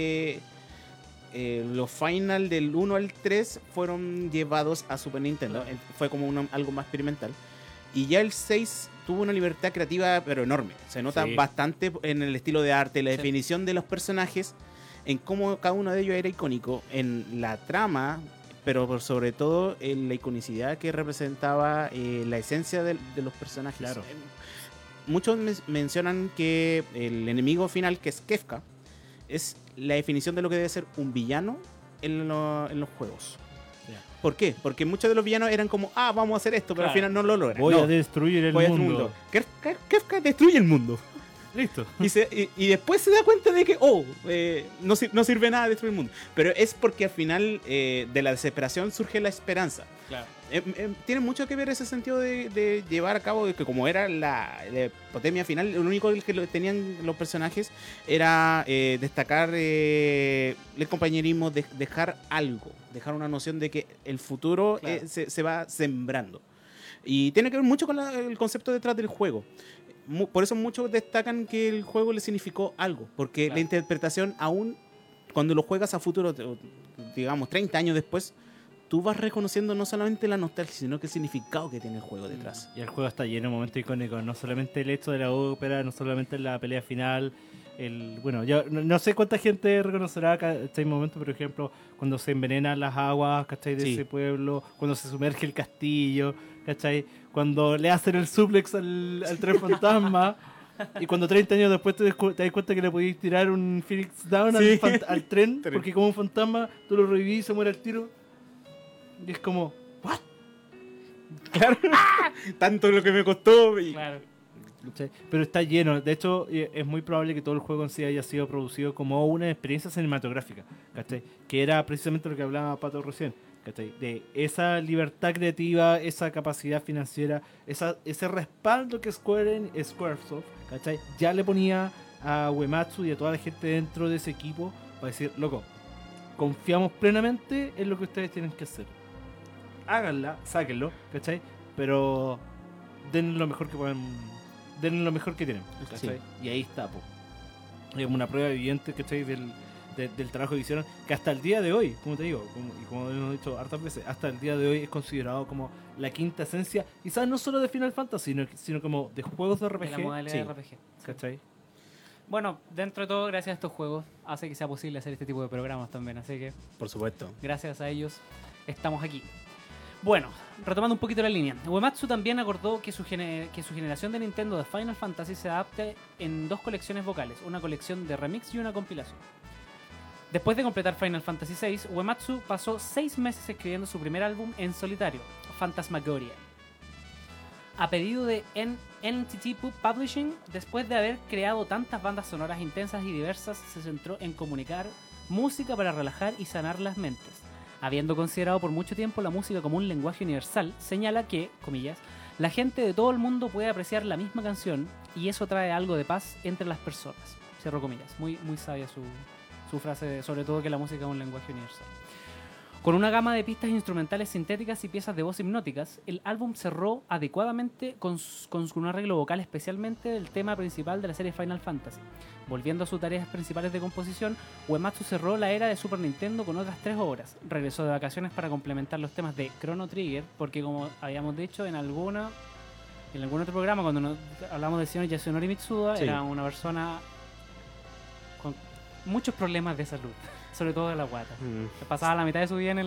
Speaker 3: los final del 1 al 3 fueron llevados a Super Nintendo.
Speaker 1: Claro.
Speaker 3: Fue como algo más experimental. Y ya el 6 tuvo una libertad creativa, pero enorme. Se nota
Speaker 2: Sí.
Speaker 3: bastante en el estilo de arte, la
Speaker 1: Sí.
Speaker 3: definición de los personajes, en cómo cada uno de ellos era icónico, en la trama, pero por sobre todo en la iconicidad que representaba la esencia de los personajes.
Speaker 2: Claro.
Speaker 3: Muchos mencionan que el enemigo final, que es Kefka, es la definición de lo que debe ser un villano en los juegos.
Speaker 2: Ya.
Speaker 3: ¿Por qué? Porque muchos de los villanos eran como, vamos a hacer esto, pero
Speaker 1: Claro.
Speaker 3: al final no lo logran.
Speaker 2: Voy
Speaker 3: No,
Speaker 2: a destruir el
Speaker 3: voy a
Speaker 2: mundo.
Speaker 3: destruir el mundo. Kefka destruye el mundo.
Speaker 2: Listo.
Speaker 3: Y después se da cuenta de que, no sirve nada destruir el mundo. Pero es porque al final de la desesperación surge la esperanza.
Speaker 1: Claro.
Speaker 3: Tiene mucho que ver ese sentido de llevar a cabo, de que como era la hipotemia final, lo único que tenían los personajes era destacar el compañerismo, dejar algo, dejar una noción de que el futuro
Speaker 1: Claro.
Speaker 3: se va sembrando. Y tiene que ver mucho con el concepto detrás del juego. Por eso muchos destacan que el juego le significó algo, porque
Speaker 1: Claro.
Speaker 3: la interpretación aún cuando lo juegas a futuro, digamos 30 años después, tú vas reconociendo no solamente la nostalgia, sino que el significado que tiene el juego detrás.
Speaker 2: Y el juego está lleno de momentos icónicos, no solamente el hecho de la ópera, no solamente la pelea final. Bueno, yo no sé cuánta gente reconocerá este momento, por ejemplo, cuando se envenenan las aguas, ¿cachai? De
Speaker 3: Sí.
Speaker 2: ese pueblo, cuando se sumerge el castillo, ¿cachai? Cuando le hacen el suplex al tren fantasma. Y cuando 30 años después te das cuenta que le podías tirar un Phoenix Down
Speaker 3: Sí.
Speaker 2: al tren, porque como un fantasma tú lo revivís y se muere al tiro. Y es como, ¿what?
Speaker 3: Claro. Tanto lo que me costó.
Speaker 1: Claro.
Speaker 2: ¿Cachai? Pero está lleno. De hecho, es muy probable que todo el juego en sí haya sido producido como una experiencia cinematográfica, ¿cachai? Que era precisamente lo que hablaba Pato recién, ¿cachai? De esa libertad creativa, esa capacidad financiera, ese respaldo que Squaresoft, ¿cachai? Ya le ponía a Uematsu y a toda la gente dentro de ese equipo para decir, loco, confiamos plenamente en lo que ustedes tienen que hacer. Háganla, sáquenlo, ¿cachai? Pero den lo mejor que puedan, den lo mejor que tienen, ¿cachai? Y ahí está, po. Es como una prueba evidente, ¿cachai? Del trabajo que hicieron, que hasta el día de hoy, como te digo, como hemos dicho hartas veces, hasta el día de hoy es considerado como la quinta esencia, quizás no solo de Final Fantasy, sino como de juegos de
Speaker 1: De la
Speaker 2: RPG,
Speaker 1: modalidad
Speaker 3: sí.
Speaker 1: de RPG.
Speaker 2: ¿cachai?
Speaker 1: Bueno, dentro de todo, gracias a estos juegos, hace que sea posible hacer este tipo de programas también. Así que,
Speaker 3: Por supuesto.
Speaker 1: gracias a ellos, estamos aquí. Bueno, retomando un poquito la línea. Uematsu también acordó que su generación de Nintendo de Final Fantasy se adapte en 2 colecciones vocales, una colección de remix y una compilación. Después de completar Final Fantasy VI, Uematsu pasó 6 meses escribiendo su primer álbum en solitario, Phantasmagoria. a pedido de NTT Publishing, después de haber creado tantas bandas sonoras intensas y diversas, se centró en comunicar música para relajar y sanar las mentes. Habiendo considerado por mucho tiempo la música como un lenguaje universal, señala que, comillas, la gente de todo el mundo puede apreciar la misma canción y eso trae algo de paz entre las personas. Cierro comillas. Muy, muy sabia su frase, sobre todo que la música es un lenguaje universal. Con una gama de pistas instrumentales sintéticas y piezas de voz hipnóticas, el álbum cerró adecuadamente con un arreglo vocal especialmente del tema principal de la serie Final Fantasy. Volviendo a sus tareas principales de composición, Uematsu cerró la era de Super Nintendo con otras 3 obras. Regresó de vacaciones para complementar los temas de Chrono Trigger, porque como habíamos dicho en algún otro programa, cuando hablamos del señor Yasunori Mitsuda,
Speaker 3: Sí.
Speaker 1: era una persona con muchos problemas de salud. Sobre todo de la guata. Pasaba la mitad de su vida en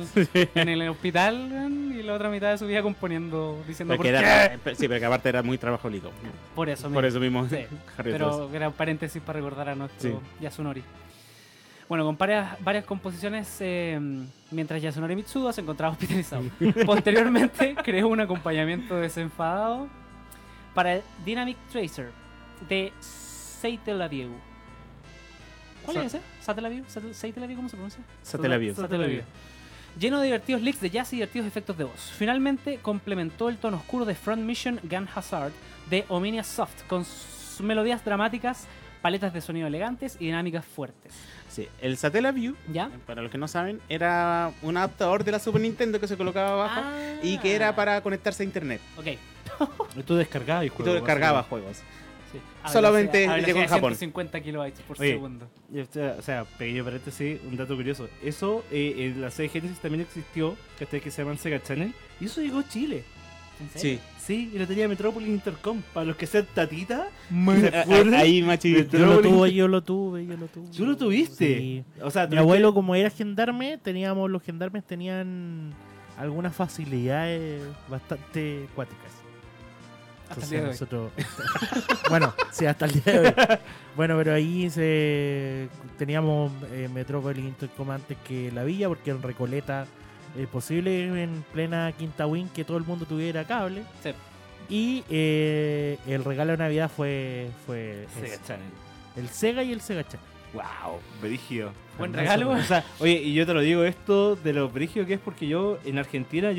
Speaker 1: el hospital, weón, y la otra mitad de su vida componiendo, diciendo
Speaker 3: Porque
Speaker 1: ¿por
Speaker 3: era,
Speaker 1: qué?
Speaker 3: sí, pero que aparte era muy trabajólico.
Speaker 1: Por eso mismo.
Speaker 3: Por eso mismo.
Speaker 1: Sí,
Speaker 3: Harry Potter.
Speaker 1: pero era un paréntesis para recordar a nuestro
Speaker 3: Sí.
Speaker 1: Yasunori. Bueno, con varias composiciones, mientras Yasunori Mitsuda se encontraba hospitalizado. Posteriormente creó un acompañamiento desenfadado para el Dynamic Tracer de Satellaview. ¿Cuál es ese? ¿Satellaview? ¿Satellaview cómo se pronuncia?
Speaker 3: Satellaview.
Speaker 1: Satellaview. Lleno de divertidos licks de jazz y divertidos efectos de voz. Finalmente complementó el tono oscuro de Front Mission Gun Hazard de Omnia Soft con sus melodías dramáticas, paletas de sonido elegantes y dinámicas fuertes.
Speaker 3: Sí, el Satellaview,
Speaker 1: ¿Ya?
Speaker 3: para los que no saben, era un adaptador de la Super Nintendo que se colocaba abajo y que era para conectarse a internet.
Speaker 1: Ok.
Speaker 2: Y tú descargabas y
Speaker 3: Y tú
Speaker 2: juegos,
Speaker 3: descargabas juegos.
Speaker 1: Sí.
Speaker 3: Solamente
Speaker 1: A
Speaker 3: llegó en Japón.
Speaker 1: 150 kilobytes por
Speaker 2: Oye,
Speaker 1: segundo.
Speaker 2: O sea, pequeño paréntesis, un dato curioso. Eso en la Sega Genesis también existió, que se llaman Sega Channel, y eso llegó a Chile.
Speaker 1: ¿En serio?
Speaker 3: Sí.
Speaker 2: Sí, y lo tenía Metropolis Intercom. Para los que sean tatita, ¿se acuerdan?
Speaker 3: Ahí, machi.
Speaker 2: Yo
Speaker 4: Yo
Speaker 2: lo
Speaker 4: lo
Speaker 2: tuve,
Speaker 4: tuve, yo lo tuve.
Speaker 2: ¿Tú lo tuviste?
Speaker 4: Sí.
Speaker 2: O sea,
Speaker 4: Mi abuelo, como era gendarme, los gendarmes tenían algunas facilidades bastante cuáticas.
Speaker 1: Hasta el día de hoy.
Speaker 4: nosotros... bueno, sí, hasta el día de hoy. Bueno, pero ahí teníamos Metropolis Intercom antes que la villa, porque en Recoleta posible en plena Quinta Win que todo el mundo tuviera cable.
Speaker 1: Sí.
Speaker 4: Y el regalo de Navidad fue
Speaker 2: Sega
Speaker 4: ese.
Speaker 2: Channel.
Speaker 4: El Sega y el Sega Channel.
Speaker 2: Wow, brígido.
Speaker 1: Buen
Speaker 4: Hermoso,
Speaker 1: regalo.
Speaker 2: O sea, oye, y yo te lo digo esto de lo brígido que es porque yo en Argentina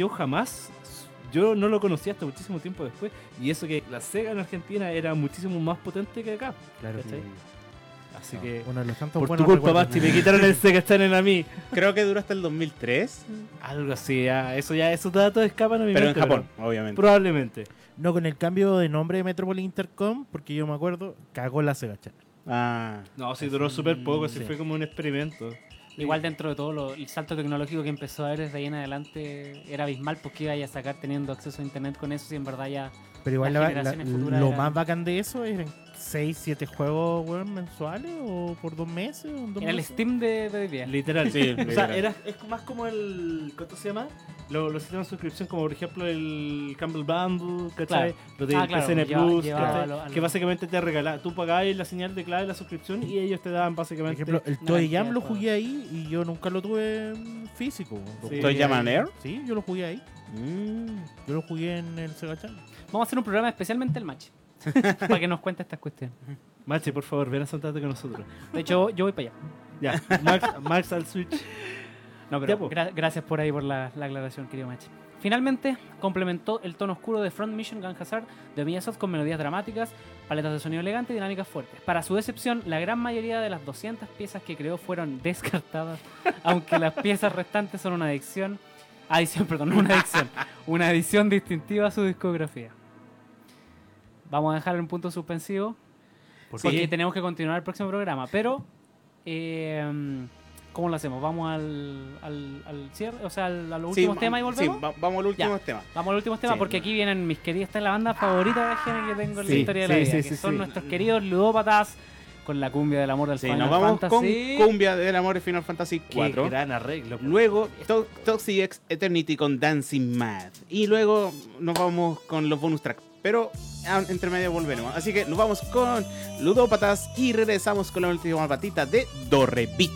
Speaker 2: yo no lo conocía hasta muchísimo tiempo después. Y eso que la Sega en Argentina era muchísimo más potente que acá.
Speaker 4: Claro.
Speaker 2: ¿Cachai? Así que
Speaker 4: Uno de los tantos
Speaker 2: por tu
Speaker 4: buenos
Speaker 2: culpa,
Speaker 4: recuerdos.
Speaker 2: Basti, me quitaron el Sega Channel a mí.
Speaker 3: Creo que duró hasta el 2003,
Speaker 2: Algo así, esos datos escapan a mi
Speaker 3: pero en
Speaker 2: mente,
Speaker 3: Japón, obviamente.
Speaker 2: Probablemente.
Speaker 4: No, con el cambio de nombre de Metropolis Intercom, porque yo me acuerdo, cagó la Sega Channel.
Speaker 3: Ah,
Speaker 2: No, sí duró súper poco, así
Speaker 4: Sí.
Speaker 2: fue como un experimento.
Speaker 1: Igual dentro de todo el salto tecnológico que empezó a haber desde ahí en adelante era abismal, porque iba a sacar teniendo acceso a internet con eso, y en verdad ya
Speaker 4: Pero igual
Speaker 1: Las generaciones futuras
Speaker 4: lo
Speaker 1: eran-
Speaker 4: más bacán de eso eran 6, 7 juegos, weón, mensuales o por 2 meses. O en 2
Speaker 1: era el
Speaker 4: meses.
Speaker 1: Steam de hoy día.
Speaker 2: Literal.
Speaker 3: Sí,
Speaker 2: O sea,
Speaker 3: literal.
Speaker 2: es más como el. ¿Cuánto se llama? Los sistemas de suscripción, como por ejemplo el Campbell Bundle, ¿cachai?
Speaker 1: Claro.
Speaker 2: Lo de
Speaker 1: Claro,
Speaker 2: PCN
Speaker 1: lleva-
Speaker 2: Plus,
Speaker 1: llevaba
Speaker 2: ¿cachai?
Speaker 1: a lo-
Speaker 2: Que básicamente te regalaba. Tú pagabas la señal de clave de la suscripción y ellos te daban
Speaker 4: Por
Speaker 2: básicamente.
Speaker 4: ejemplo, el
Speaker 1: una
Speaker 4: Toy
Speaker 1: cantidad
Speaker 4: Jam
Speaker 1: de
Speaker 4: lo
Speaker 1: juegos.
Speaker 4: jugué ahí y yo nunca lo tuve en físico. Lo
Speaker 2: Sí.
Speaker 4: jugué
Speaker 3: ¿Toy Jam
Speaker 4: ahí.
Speaker 3: and Air?
Speaker 4: Sí, yo lo jugué ahí.
Speaker 3: Mm.
Speaker 4: Yo lo jugué en el Sega Channel.
Speaker 1: Vamos a hacer un programa especialmente el match. Para que nos cuente estas cuestiones.
Speaker 2: Mache, por favor, ven a sentarte con nosotros.
Speaker 1: De hecho, yo voy para allá.
Speaker 2: Ya, Max al Switch.
Speaker 1: No,
Speaker 2: Ya,
Speaker 1: pero
Speaker 2: po.
Speaker 1: gracias por ahí por la aclaración, querido Machi. Finalmente, complementó el tono oscuro de Front Mission Gun Hazard de Miyasoft con melodías dramáticas, paletas de sonido elegante y dinámicas fuertes. Para su decepción, la gran mayoría de las 200 piezas que creó fueron descartadas, aunque las piezas restantes son una una adición distintiva a su discografía. Vamos a dejar un punto suspensivo porque tenemos que continuar el próximo programa, pero ¿cómo lo hacemos? ¿Vamos al cierre? O sea, a los últimos temas y volvemos.
Speaker 3: Sí, vamos al último
Speaker 1: Ya.
Speaker 3: tema.
Speaker 1: Vamos al último tema
Speaker 3: Sí.
Speaker 1: porque aquí vienen mis queridas. Esta es la banda favorita de género que tengo en la
Speaker 2: Sí,
Speaker 1: historia de la
Speaker 2: sí,
Speaker 1: vida.
Speaker 2: sí,
Speaker 1: Que
Speaker 2: sí,
Speaker 1: son
Speaker 2: sí.
Speaker 1: nuestros queridos ludópatas con la cumbia del amor del
Speaker 3: Sí,
Speaker 1: Final
Speaker 3: nos vamos
Speaker 1: Fantasy.
Speaker 3: con Cumbia del Amor de Final Fantasy
Speaker 2: Qué
Speaker 3: 4.
Speaker 2: gran arreglo.
Speaker 3: Luego Toxic X Eternity con Dancing Mad. Y luego nos vamos con los bonus tracks. Pero entre medio volveremos. Así que nos vamos con Ludópatas y regresamos con la última patita de Dorre Beat.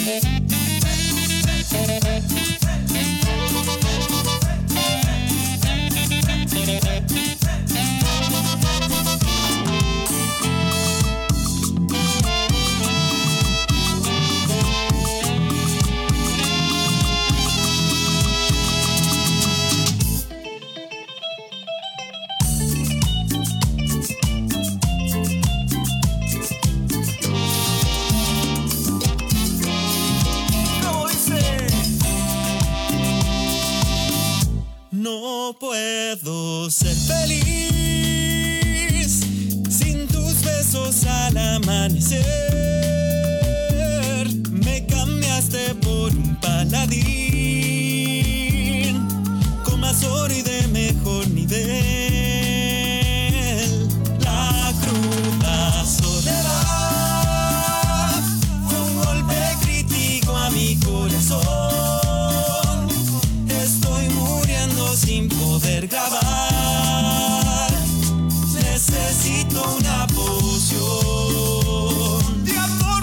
Speaker 5: No puedo ser feliz sin tus besos al amanecer. Me cambiaste por un paladín con más oro y de mejor nivel. La cruda soledad fue un golpe crítico a mi corazón. Sin poder grabar, necesito una poción de amor.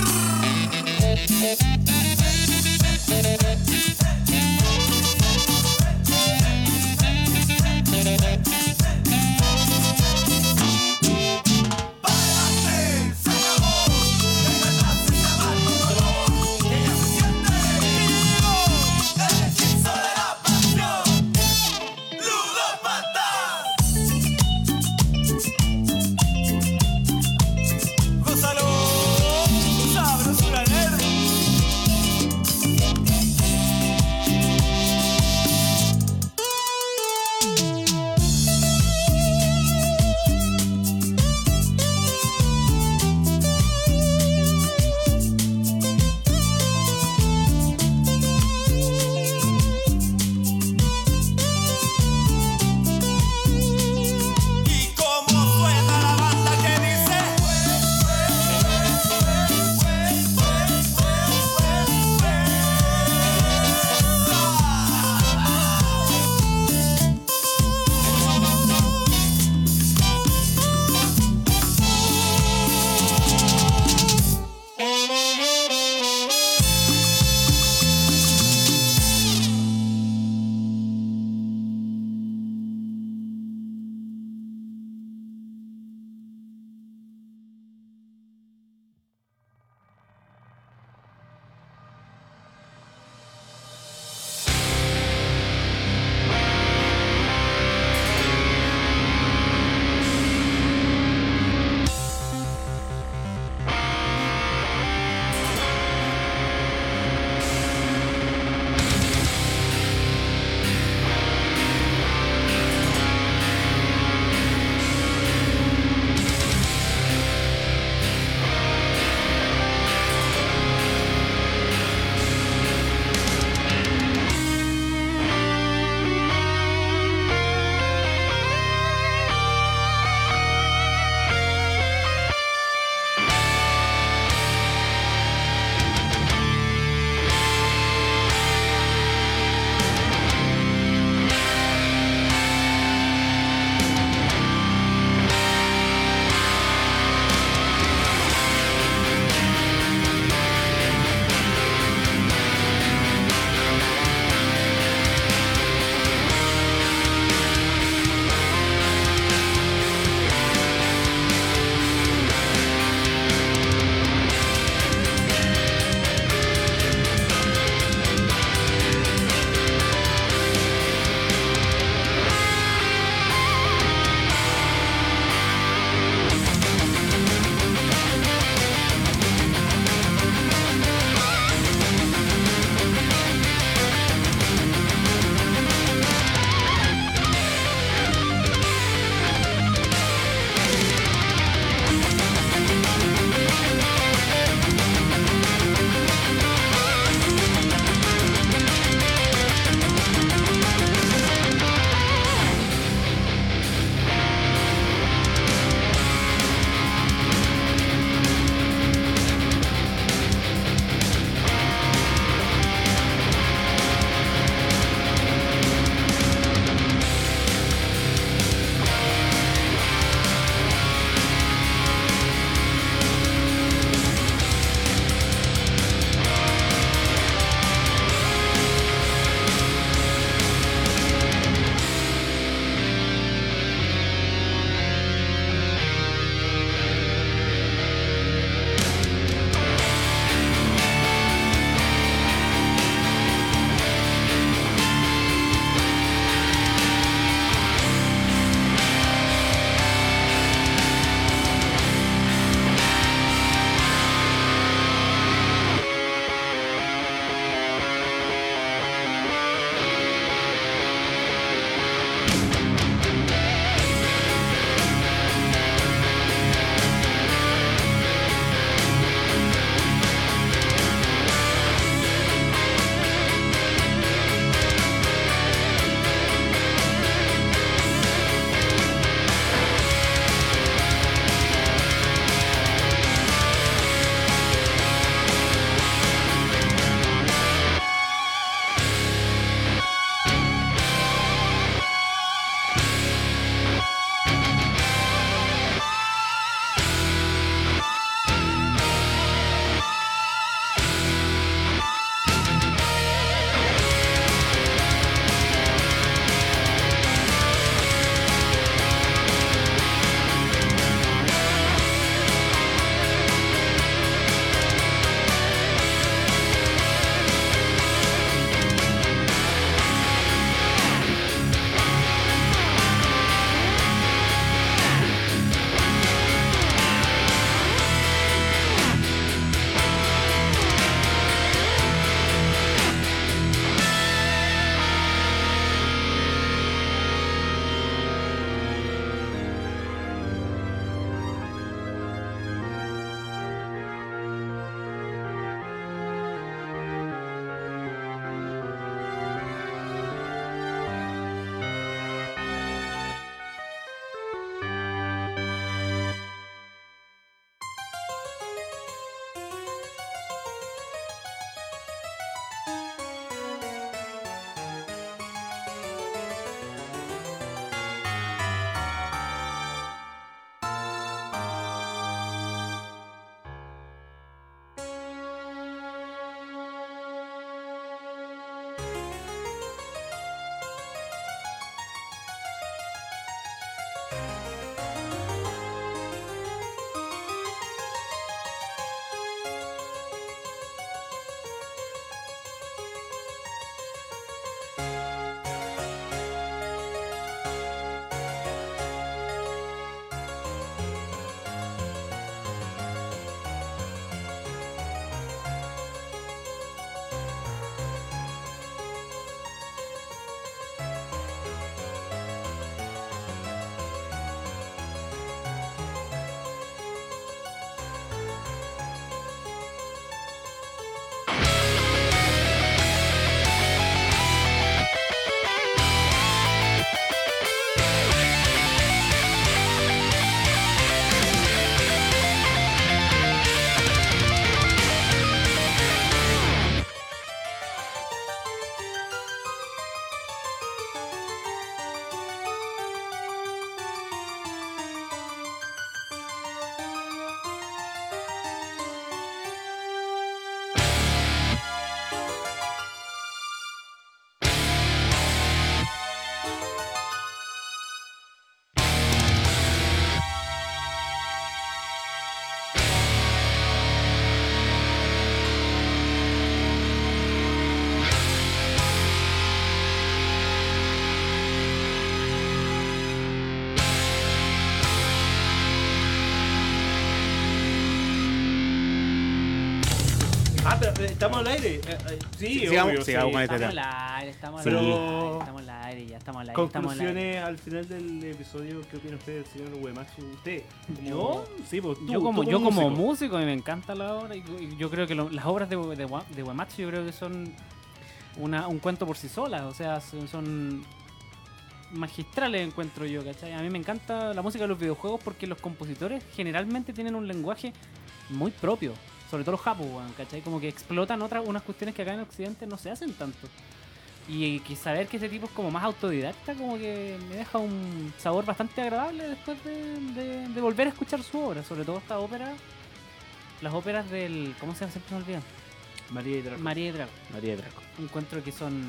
Speaker 2: estamos al aire. Sí,
Speaker 3: Sigamos-
Speaker 2: obvio,
Speaker 3: sigamos con este
Speaker 1: Estamos
Speaker 3: tema.
Speaker 1: al aire, estamos al
Speaker 2: Pero-
Speaker 1: aire, estamos al aire, ya estamos al aire. estamos al aire.
Speaker 2: Conclusiones al final del episodio. ¿Qué opina usted, señor Uematsu? ¿Usted?
Speaker 1: ¿Yo?
Speaker 2: Sí, pues tú.
Speaker 1: Yo como
Speaker 2: músico.
Speaker 1: músico, a mí me encanta la obra y yo creo que las obras de Uematsu yo creo que son un cuento por sí solas, o sea, son magistrales encuentro yo, ¿cachai? A mí me encanta la música de los videojuegos porque los compositores generalmente tienen un lenguaje muy propio, sobre todo los japos, weón, ¿cachai? Como que explotan unas cuestiones que acá en Occidente no se hacen tanto. Y que saber que este tipo es como más autodidacta, como que me deja un sabor bastante agradable después de volver a escuchar su obra, sobre todo esta ópera, las óperas del, ¿cómo se llama? Siempre me olvidan.
Speaker 2: María y Draco.
Speaker 1: María y Draco.
Speaker 3: María Draco.
Speaker 1: Encuentro que son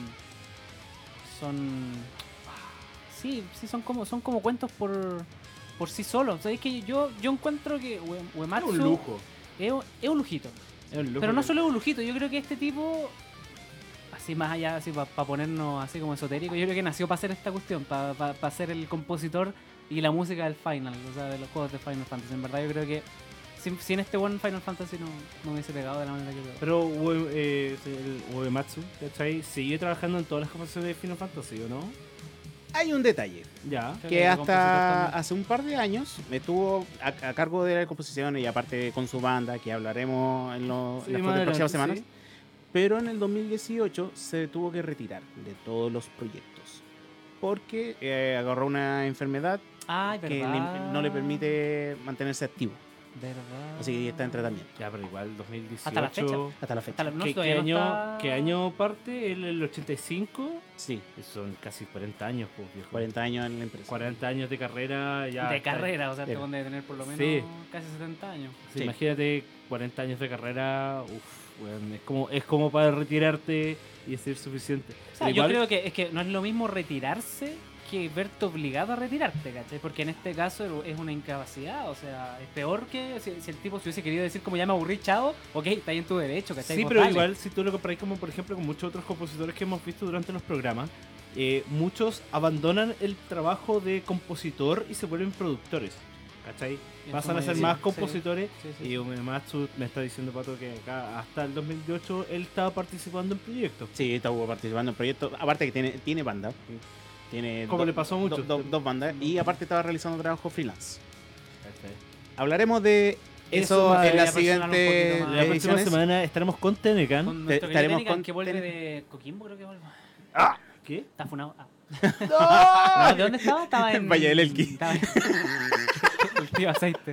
Speaker 1: sí, son como cuentos por sí solos. ¿Sabéis que yo encuentro que
Speaker 2: Es
Speaker 1: Uematsu
Speaker 2: un lujo.
Speaker 1: es un lujito.
Speaker 2: Es un lujo.
Speaker 1: Pero no solo es un lujito, yo creo que este tipo, así más allá, así para ponernos así como esotérico, yo creo que nació para hacer esta cuestión, para ser el compositor y la música del Final, o sea, de los juegos de Final Fantasy. En verdad yo creo que sin este buen Final Fantasy no me hubiese pegado de la manera que pegó.
Speaker 2: Pero el Uematsu, ¿cachai? Sigue trabajando en todas las composiciones de Final Fantasy, ¿o no?
Speaker 3: Hay un detalle.
Speaker 2: Ya.
Speaker 1: Creo
Speaker 3: Que
Speaker 1: el
Speaker 3: hasta
Speaker 1: compositor también.
Speaker 3: hace un par de años me tuvo a cargo de la composición y aparte con su banda, que hablaremos en
Speaker 2: Sí,
Speaker 3: las
Speaker 2: más
Speaker 3: próximas
Speaker 2: adelante,
Speaker 3: semanas.
Speaker 2: sí.
Speaker 3: Pero en el 2018 se tuvo que retirar de todos los proyectos. Porque agarró una enfermedad
Speaker 1: Ay,
Speaker 3: que
Speaker 1: verdad.
Speaker 3: no le permite mantenerse activo.
Speaker 1: Verdad.
Speaker 3: Así que está en tratamiento.
Speaker 2: Ya, pero igual 2018.
Speaker 1: Hasta la fecha.
Speaker 3: Hasta la fecha.
Speaker 1: Hasta la- no,
Speaker 2: ¿Qué,
Speaker 1: todavía
Speaker 2: qué
Speaker 1: no
Speaker 2: año,
Speaker 1: está-
Speaker 2: ¿Qué año parte? ¿El 85?
Speaker 3: Sí,
Speaker 2: Son casi 40 años, pues, viejo.
Speaker 3: 40 años en la empresa.
Speaker 2: 40 años de carrera. Ya
Speaker 1: de
Speaker 2: está.
Speaker 1: carrera, o sea,
Speaker 3: Sí.
Speaker 1: te debe tener por lo menos
Speaker 2: Sí.
Speaker 1: casi 70 años.
Speaker 2: Sí,
Speaker 3: Sí.
Speaker 2: Imagínate 40 años de carrera. Uf, weón, es como para retirarte y ser suficiente.
Speaker 1: O sea,
Speaker 2: Pero
Speaker 1: yo
Speaker 2: igual-
Speaker 1: creo que es que no es lo mismo retirarse que verte obligado a retirarte, ¿cachai? Porque en este caso es una incapacidad, o sea, es peor que si el tipo se hubiese querido decir como ya me aburrí, chao, ok, está ahí en tu derecho, ¿cachai?
Speaker 2: Sí,
Speaker 1: Vos
Speaker 2: pero
Speaker 1: dale.
Speaker 2: igual si tú lo comparas como por ejemplo con muchos otros compositores que hemos visto durante los programas, muchos abandonan el trabajo de compositor y se vuelven productores, ¿cachai?
Speaker 1: En
Speaker 2: Pasan
Speaker 1: su
Speaker 2: a ser
Speaker 1: mayoría,
Speaker 2: más
Speaker 1: sí.
Speaker 2: compositores
Speaker 1: Sí, sí.
Speaker 2: y Uematsu me está diciendo, Pato, que acá hasta el 2018 él estaba participando en proyectos.
Speaker 3: Sí, estuvo participando en proyectos. Aparte que tiene banda. Tiene
Speaker 2: Como le pasó a muchos.
Speaker 3: dos bandas. Y aparte estaba realizando trabajo freelance.
Speaker 2: ¿Cachai?
Speaker 3: Hablaremos de
Speaker 2: Eso
Speaker 3: eso
Speaker 2: más
Speaker 3: en las
Speaker 1: adelante, un poquito
Speaker 3: siguientes
Speaker 1: más.
Speaker 2: La próxima
Speaker 3: ediciones.
Speaker 2: semana estaremos con Tenecan.
Speaker 1: Con nuestro
Speaker 3: estaremos
Speaker 1: Tenecan
Speaker 3: con
Speaker 1: que vuelve
Speaker 3: Ten-
Speaker 1: de Coquimbo, creo que vuelve.
Speaker 2: ¿Qué?
Speaker 1: Está funado. Ah. No, ¿de dónde estaba? Estaba en
Speaker 3: Valle del Elqui.
Speaker 1: estaba en- El tío aceite.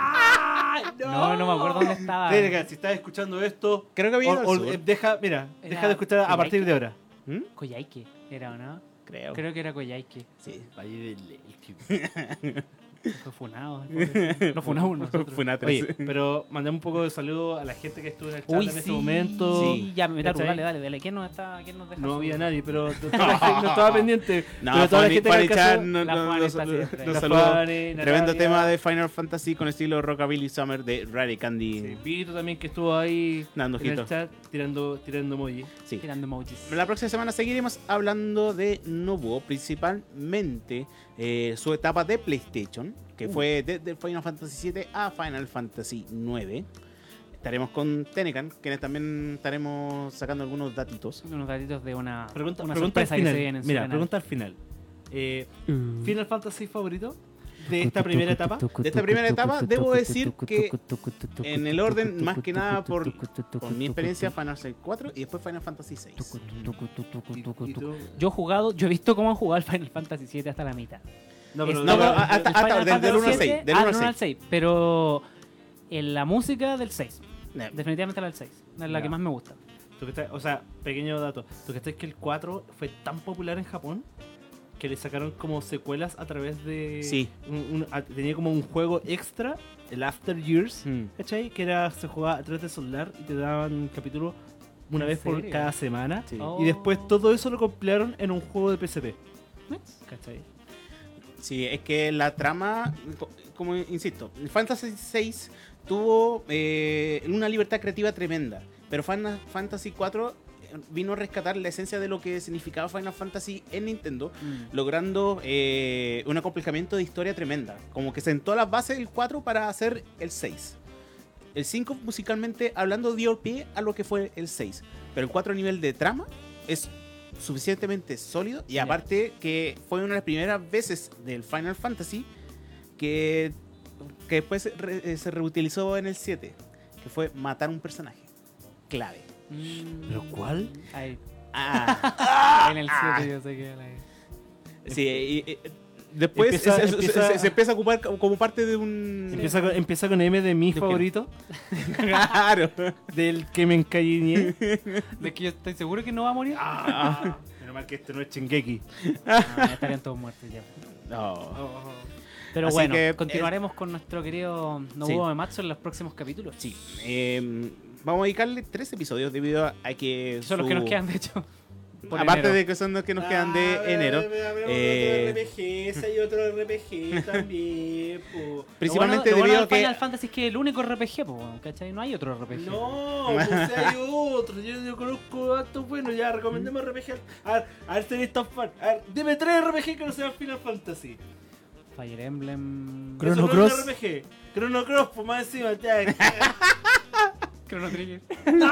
Speaker 1: No, no me acuerdo dónde estaba.
Speaker 2: Tenecan, si estás escuchando esto,
Speaker 3: Creo que había ido al sur.
Speaker 2: deja
Speaker 1: Era
Speaker 2: de escuchar a partir de ahora.
Speaker 3: ¿Mm?
Speaker 1: Coyhaique, ¿era o no?
Speaker 3: Creo.
Speaker 1: Creo que era Coyhaique.
Speaker 3: Sí.
Speaker 2: Valle del Elqui.
Speaker 1: Fue funado. el pobre. No funamos nosotros.
Speaker 3: Fue una
Speaker 2: Oye,
Speaker 3: 13.
Speaker 2: pero mandemos un poco de saludo a la gente que estuvo en el chat
Speaker 1: Uy,
Speaker 2: en
Speaker 1: sí.
Speaker 2: este momento.
Speaker 1: Sí, ya me meto.
Speaker 2: ¿Cachai?
Speaker 1: Dale. ¿Quién nos deja?
Speaker 2: No había
Speaker 1: su-
Speaker 2: nadie, pero toda la gente no estaba pendiente.
Speaker 3: No,
Speaker 2: pero toda la
Speaker 3: Fanny
Speaker 2: gente que
Speaker 3: Chan
Speaker 2: alcanzó-
Speaker 1: la Fanny está siempre.
Speaker 3: nos
Speaker 2: la
Speaker 3: saludó.
Speaker 2: Fanny,
Speaker 3: Tremendo
Speaker 2: Natalia,
Speaker 3: tema de Final Fantasy con estilo Rockabilly Summer de Rary Candy.
Speaker 2: sí, Vito también que estuvo ahí
Speaker 3: Dando
Speaker 2: en el
Speaker 3: ojitos.
Speaker 2: chat tirando emoji.
Speaker 3: Sí.
Speaker 1: Tirando emojis.
Speaker 3: La próxima semana seguiremos hablando de Nobuo, principalmente su etapa de PlayStation, que fue desde Final Fantasy VII a Final Fantasy IX. Estaremos con Tenecan, quienes también estaremos sacando algunos datitos.
Speaker 1: Unos datitos de una
Speaker 2: Pregunta al
Speaker 1: sorpresa que se
Speaker 2: final.
Speaker 1: viene en su
Speaker 2: Mira,
Speaker 1: canal.
Speaker 2: pregunta al final. ¿Final Fantasy favorito de esta primera etapa?
Speaker 3: De esta primera etapa, debo decir que en el orden, más que nada por mi experiencia, Final Fantasy 4 y después Final Fantasy 6.
Speaker 2: Y tú-
Speaker 1: Yo he visto cómo han jugado el Final Fantasy 7 hasta la mitad.
Speaker 2: No, pero,
Speaker 1: Es-
Speaker 3: No, pero
Speaker 2: pero-
Speaker 3: hasta
Speaker 1: El Final
Speaker 3: del 1 al
Speaker 1: Fantasy
Speaker 3: 6.
Speaker 1: 7,
Speaker 3: Del 1
Speaker 1: del 1
Speaker 3: al 6.
Speaker 1: pero en la música del 6.
Speaker 3: No.
Speaker 1: Definitivamente la del 6. Es la
Speaker 2: Ya.
Speaker 1: que más me gusta.
Speaker 2: ¿Tú crees- o sea, pequeño dato. ¿Tú crees que el 4 fue tan popular en Japón que le sacaron como secuelas a través de...
Speaker 3: Sí.
Speaker 2: Tenía como un juego extra, el After Years,
Speaker 3: Mm.
Speaker 2: ¿cachai? Que era, se jugaba a través de celular y te daban un capítulo una
Speaker 1: ¿En
Speaker 2: vez por
Speaker 1: serio?
Speaker 2: cada semana.
Speaker 3: Sí.
Speaker 1: Oh.
Speaker 2: Y después todo eso lo compilaron en un juego de PSP. ¿Cachai?
Speaker 3: Sí, es que la trama, como insisto, el Fantasy VI tuvo una libertad creativa tremenda, pero Final Fantasy IV vino a rescatar la esencia de lo que significaba Final Fantasy en Nintendo, logrando un acomplejamiento de historia tremenda, como que sentó las bases del 4 para hacer el 6. el 5 musicalmente hablando dio pie a lo que fue el 6. Pero el 4 a nivel de trama es suficientemente sólido. Y aparte que fue una de las primeras veces del Final Fantasy que después se reutilizó en el 7. Que fue matar un personaje clave.
Speaker 2: ¿Pero cuál?
Speaker 1: Ahí.
Speaker 3: Ah,
Speaker 1: En el 7 yo sé que la...
Speaker 3: sí, después se empieza a ocupar como parte de un...
Speaker 2: Empieza con M de mi
Speaker 3: ¿De qué?
Speaker 2: favorito,
Speaker 3: Claro.
Speaker 2: del que me encariñé.
Speaker 1: De que yo estoy seguro que no va a morir.
Speaker 2: Menos mal que este no es Shingeki.
Speaker 1: Estarían todos muertos ya.
Speaker 3: No.
Speaker 1: Pero
Speaker 3: Así
Speaker 1: bueno,
Speaker 3: que,
Speaker 1: continuaremos con nuestro querido Nobuo Uematsu en los próximos capítulos.
Speaker 3: Sí. Vamos a dedicarle 3 episodios debido a que...
Speaker 1: Son los que nos quedan, de hecho. por
Speaker 3: Aparte
Speaker 1: enero.
Speaker 3: de que son los que nos quedan de enero.
Speaker 2: Hay otro RPG también, po.
Speaker 3: Principalmente
Speaker 1: lo bueno
Speaker 3: debido
Speaker 1: del
Speaker 3: a que...
Speaker 1: Final Fantasy es que es el único RPG, po, ¿cachai? No hay otro RPG.
Speaker 2: No, pues hay otro. Yo conozco actos buenos. Ya, recomendemos RPG. A ver si eres tan fan. A ver, dime 3 RPG que no sean Final Fantasy.
Speaker 1: Fire Emblem...
Speaker 4: Chrono
Speaker 2: Eso no es
Speaker 4: Cross.
Speaker 2: un RPG. Chrono Cross, pues más encima. Ya,
Speaker 1: Chrono Trigger.
Speaker 2: ¡No!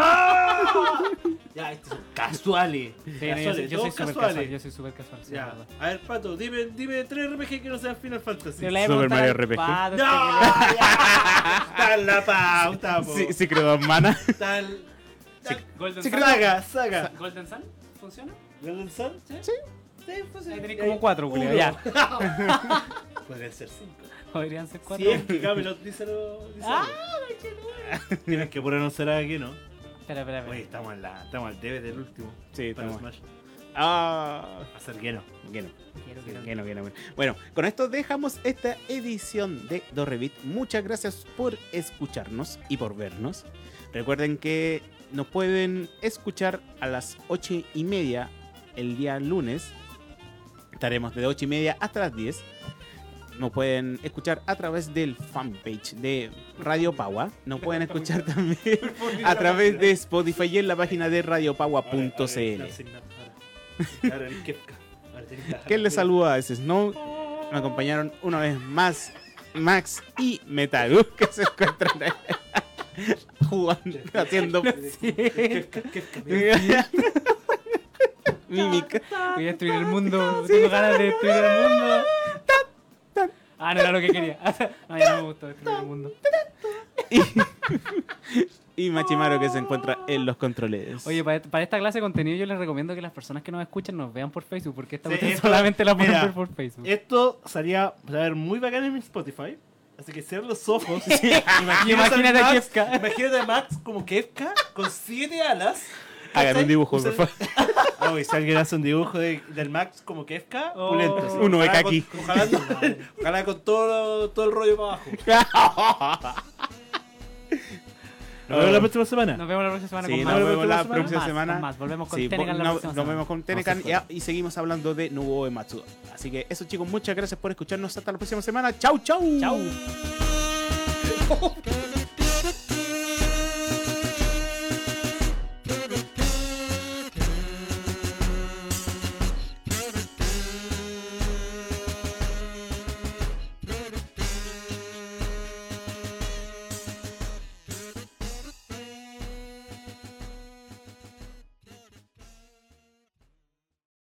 Speaker 2: Ya, estos son casuales.
Speaker 1: Sí, no,
Speaker 2: Casuales,
Speaker 1: yo soy
Speaker 2: todos
Speaker 1: súper
Speaker 2: casuales.
Speaker 1: casual, yo soy súper casual. Sí,
Speaker 2: Ya.
Speaker 1: la verdad.
Speaker 2: A ver, Pato, dime 3 RPG que no sean Final Fantasy.
Speaker 1: Yo le voy a
Speaker 3: Super
Speaker 1: preguntar
Speaker 3: Mario
Speaker 1: al
Speaker 3: RPG.
Speaker 1: Pato,
Speaker 2: ¡No! Ya. Está en la pauta, po.
Speaker 3: Sí, Secret of Mana.
Speaker 2: Está el...
Speaker 1: Golden
Speaker 3: Secret-
Speaker 1: Sun.
Speaker 2: Saga.
Speaker 1: ¿Golden Sun? ¿Funciona?
Speaker 2: ¿Golden Sun?
Speaker 1: Sí.
Speaker 2: Sí, pues
Speaker 1: Ahí tenéis
Speaker 2: Ahí-
Speaker 1: como 4,
Speaker 2: Uno.
Speaker 1: Julio. Ya.
Speaker 2: Podrían ser 5.
Speaker 1: Podrían ser 4.
Speaker 2: Si es que Camelot, díselo.
Speaker 1: Ah,
Speaker 2: Tienes que poner un será aquí, ¿no?
Speaker 1: espera.
Speaker 2: Oye, estamos al debe del último.
Speaker 3: Sí,
Speaker 2: Para
Speaker 3: estamos.
Speaker 2: Smash.
Speaker 3: Ah,
Speaker 2: A ser lleno.
Speaker 3: bueno.
Speaker 1: Quiero.
Speaker 3: Bueno, con esto dejamos esta edición de Dorrevit. Muchas gracias por escucharnos y por vernos. Recuerden que nos pueden escuchar a las 8:30 el día lunes. Estaremos de 8:30 hasta las 10. Nos pueden escuchar a través del fanpage de Radio Paua. Nos pueden escuchar también a través de Spotify y en la página de radiopaua.cl. ¿Quién les saluda? Es Snow. Me acompañaron una vez más Max y Metaru, que se encuentran jugando, haciendo mímica.
Speaker 1: Voy a destruir el mundo. Tengo ganas de destruir el mundo. Ah, no era lo que quería. No, ya no me gustó destruir el mundo.
Speaker 3: Y Machimaro, que se encuentra en los controles.
Speaker 1: Oye, para esta clase de contenido yo les recomiendo que las personas que nos escuchen nos vean por Facebook, porque esta
Speaker 2: Sí,
Speaker 1: cuestión
Speaker 2: esto-
Speaker 1: solamente la pueden
Speaker 2: mira,
Speaker 1: ver por Facebook.
Speaker 2: Esto salía a ver muy bacán en mi Spotify. Así que cierra los ojos.
Speaker 1: Imagínate a
Speaker 2: Max-
Speaker 1: Kefka.
Speaker 2: Imagínate a Max como Kefka con 7 alas.
Speaker 3: Hagan un dibujo,
Speaker 2: Usa-
Speaker 3: por favor.
Speaker 2: Oh, y si alguien hace un dibujo del Max como Kefka,
Speaker 1: Oh.
Speaker 2: pulento. así.
Speaker 3: Uno
Speaker 2: Ojalá
Speaker 3: beca
Speaker 2: con-
Speaker 3: aquí.
Speaker 2: Ojalá con todo el rollo para abajo. Nos vemos la próxima semana.
Speaker 1: Nos vemos la próxima semana
Speaker 3: Sí,
Speaker 1: con
Speaker 3: nos
Speaker 1: más.
Speaker 3: vemos la
Speaker 1: Con
Speaker 3: próxima
Speaker 1: más,
Speaker 3: semana.
Speaker 1: con más. Volvemos con
Speaker 3: Sí,
Speaker 1: Tenecan la
Speaker 3: no-
Speaker 1: próxima
Speaker 3: nos
Speaker 1: semana.
Speaker 3: vemos con Tenecan
Speaker 2: No se fue.
Speaker 3: y seguimos hablando de Nobuo Uematsu. Así que eso, chicos, muchas gracias por escucharnos. Hasta la próxima semana. Chau, chau.
Speaker 1: Chau.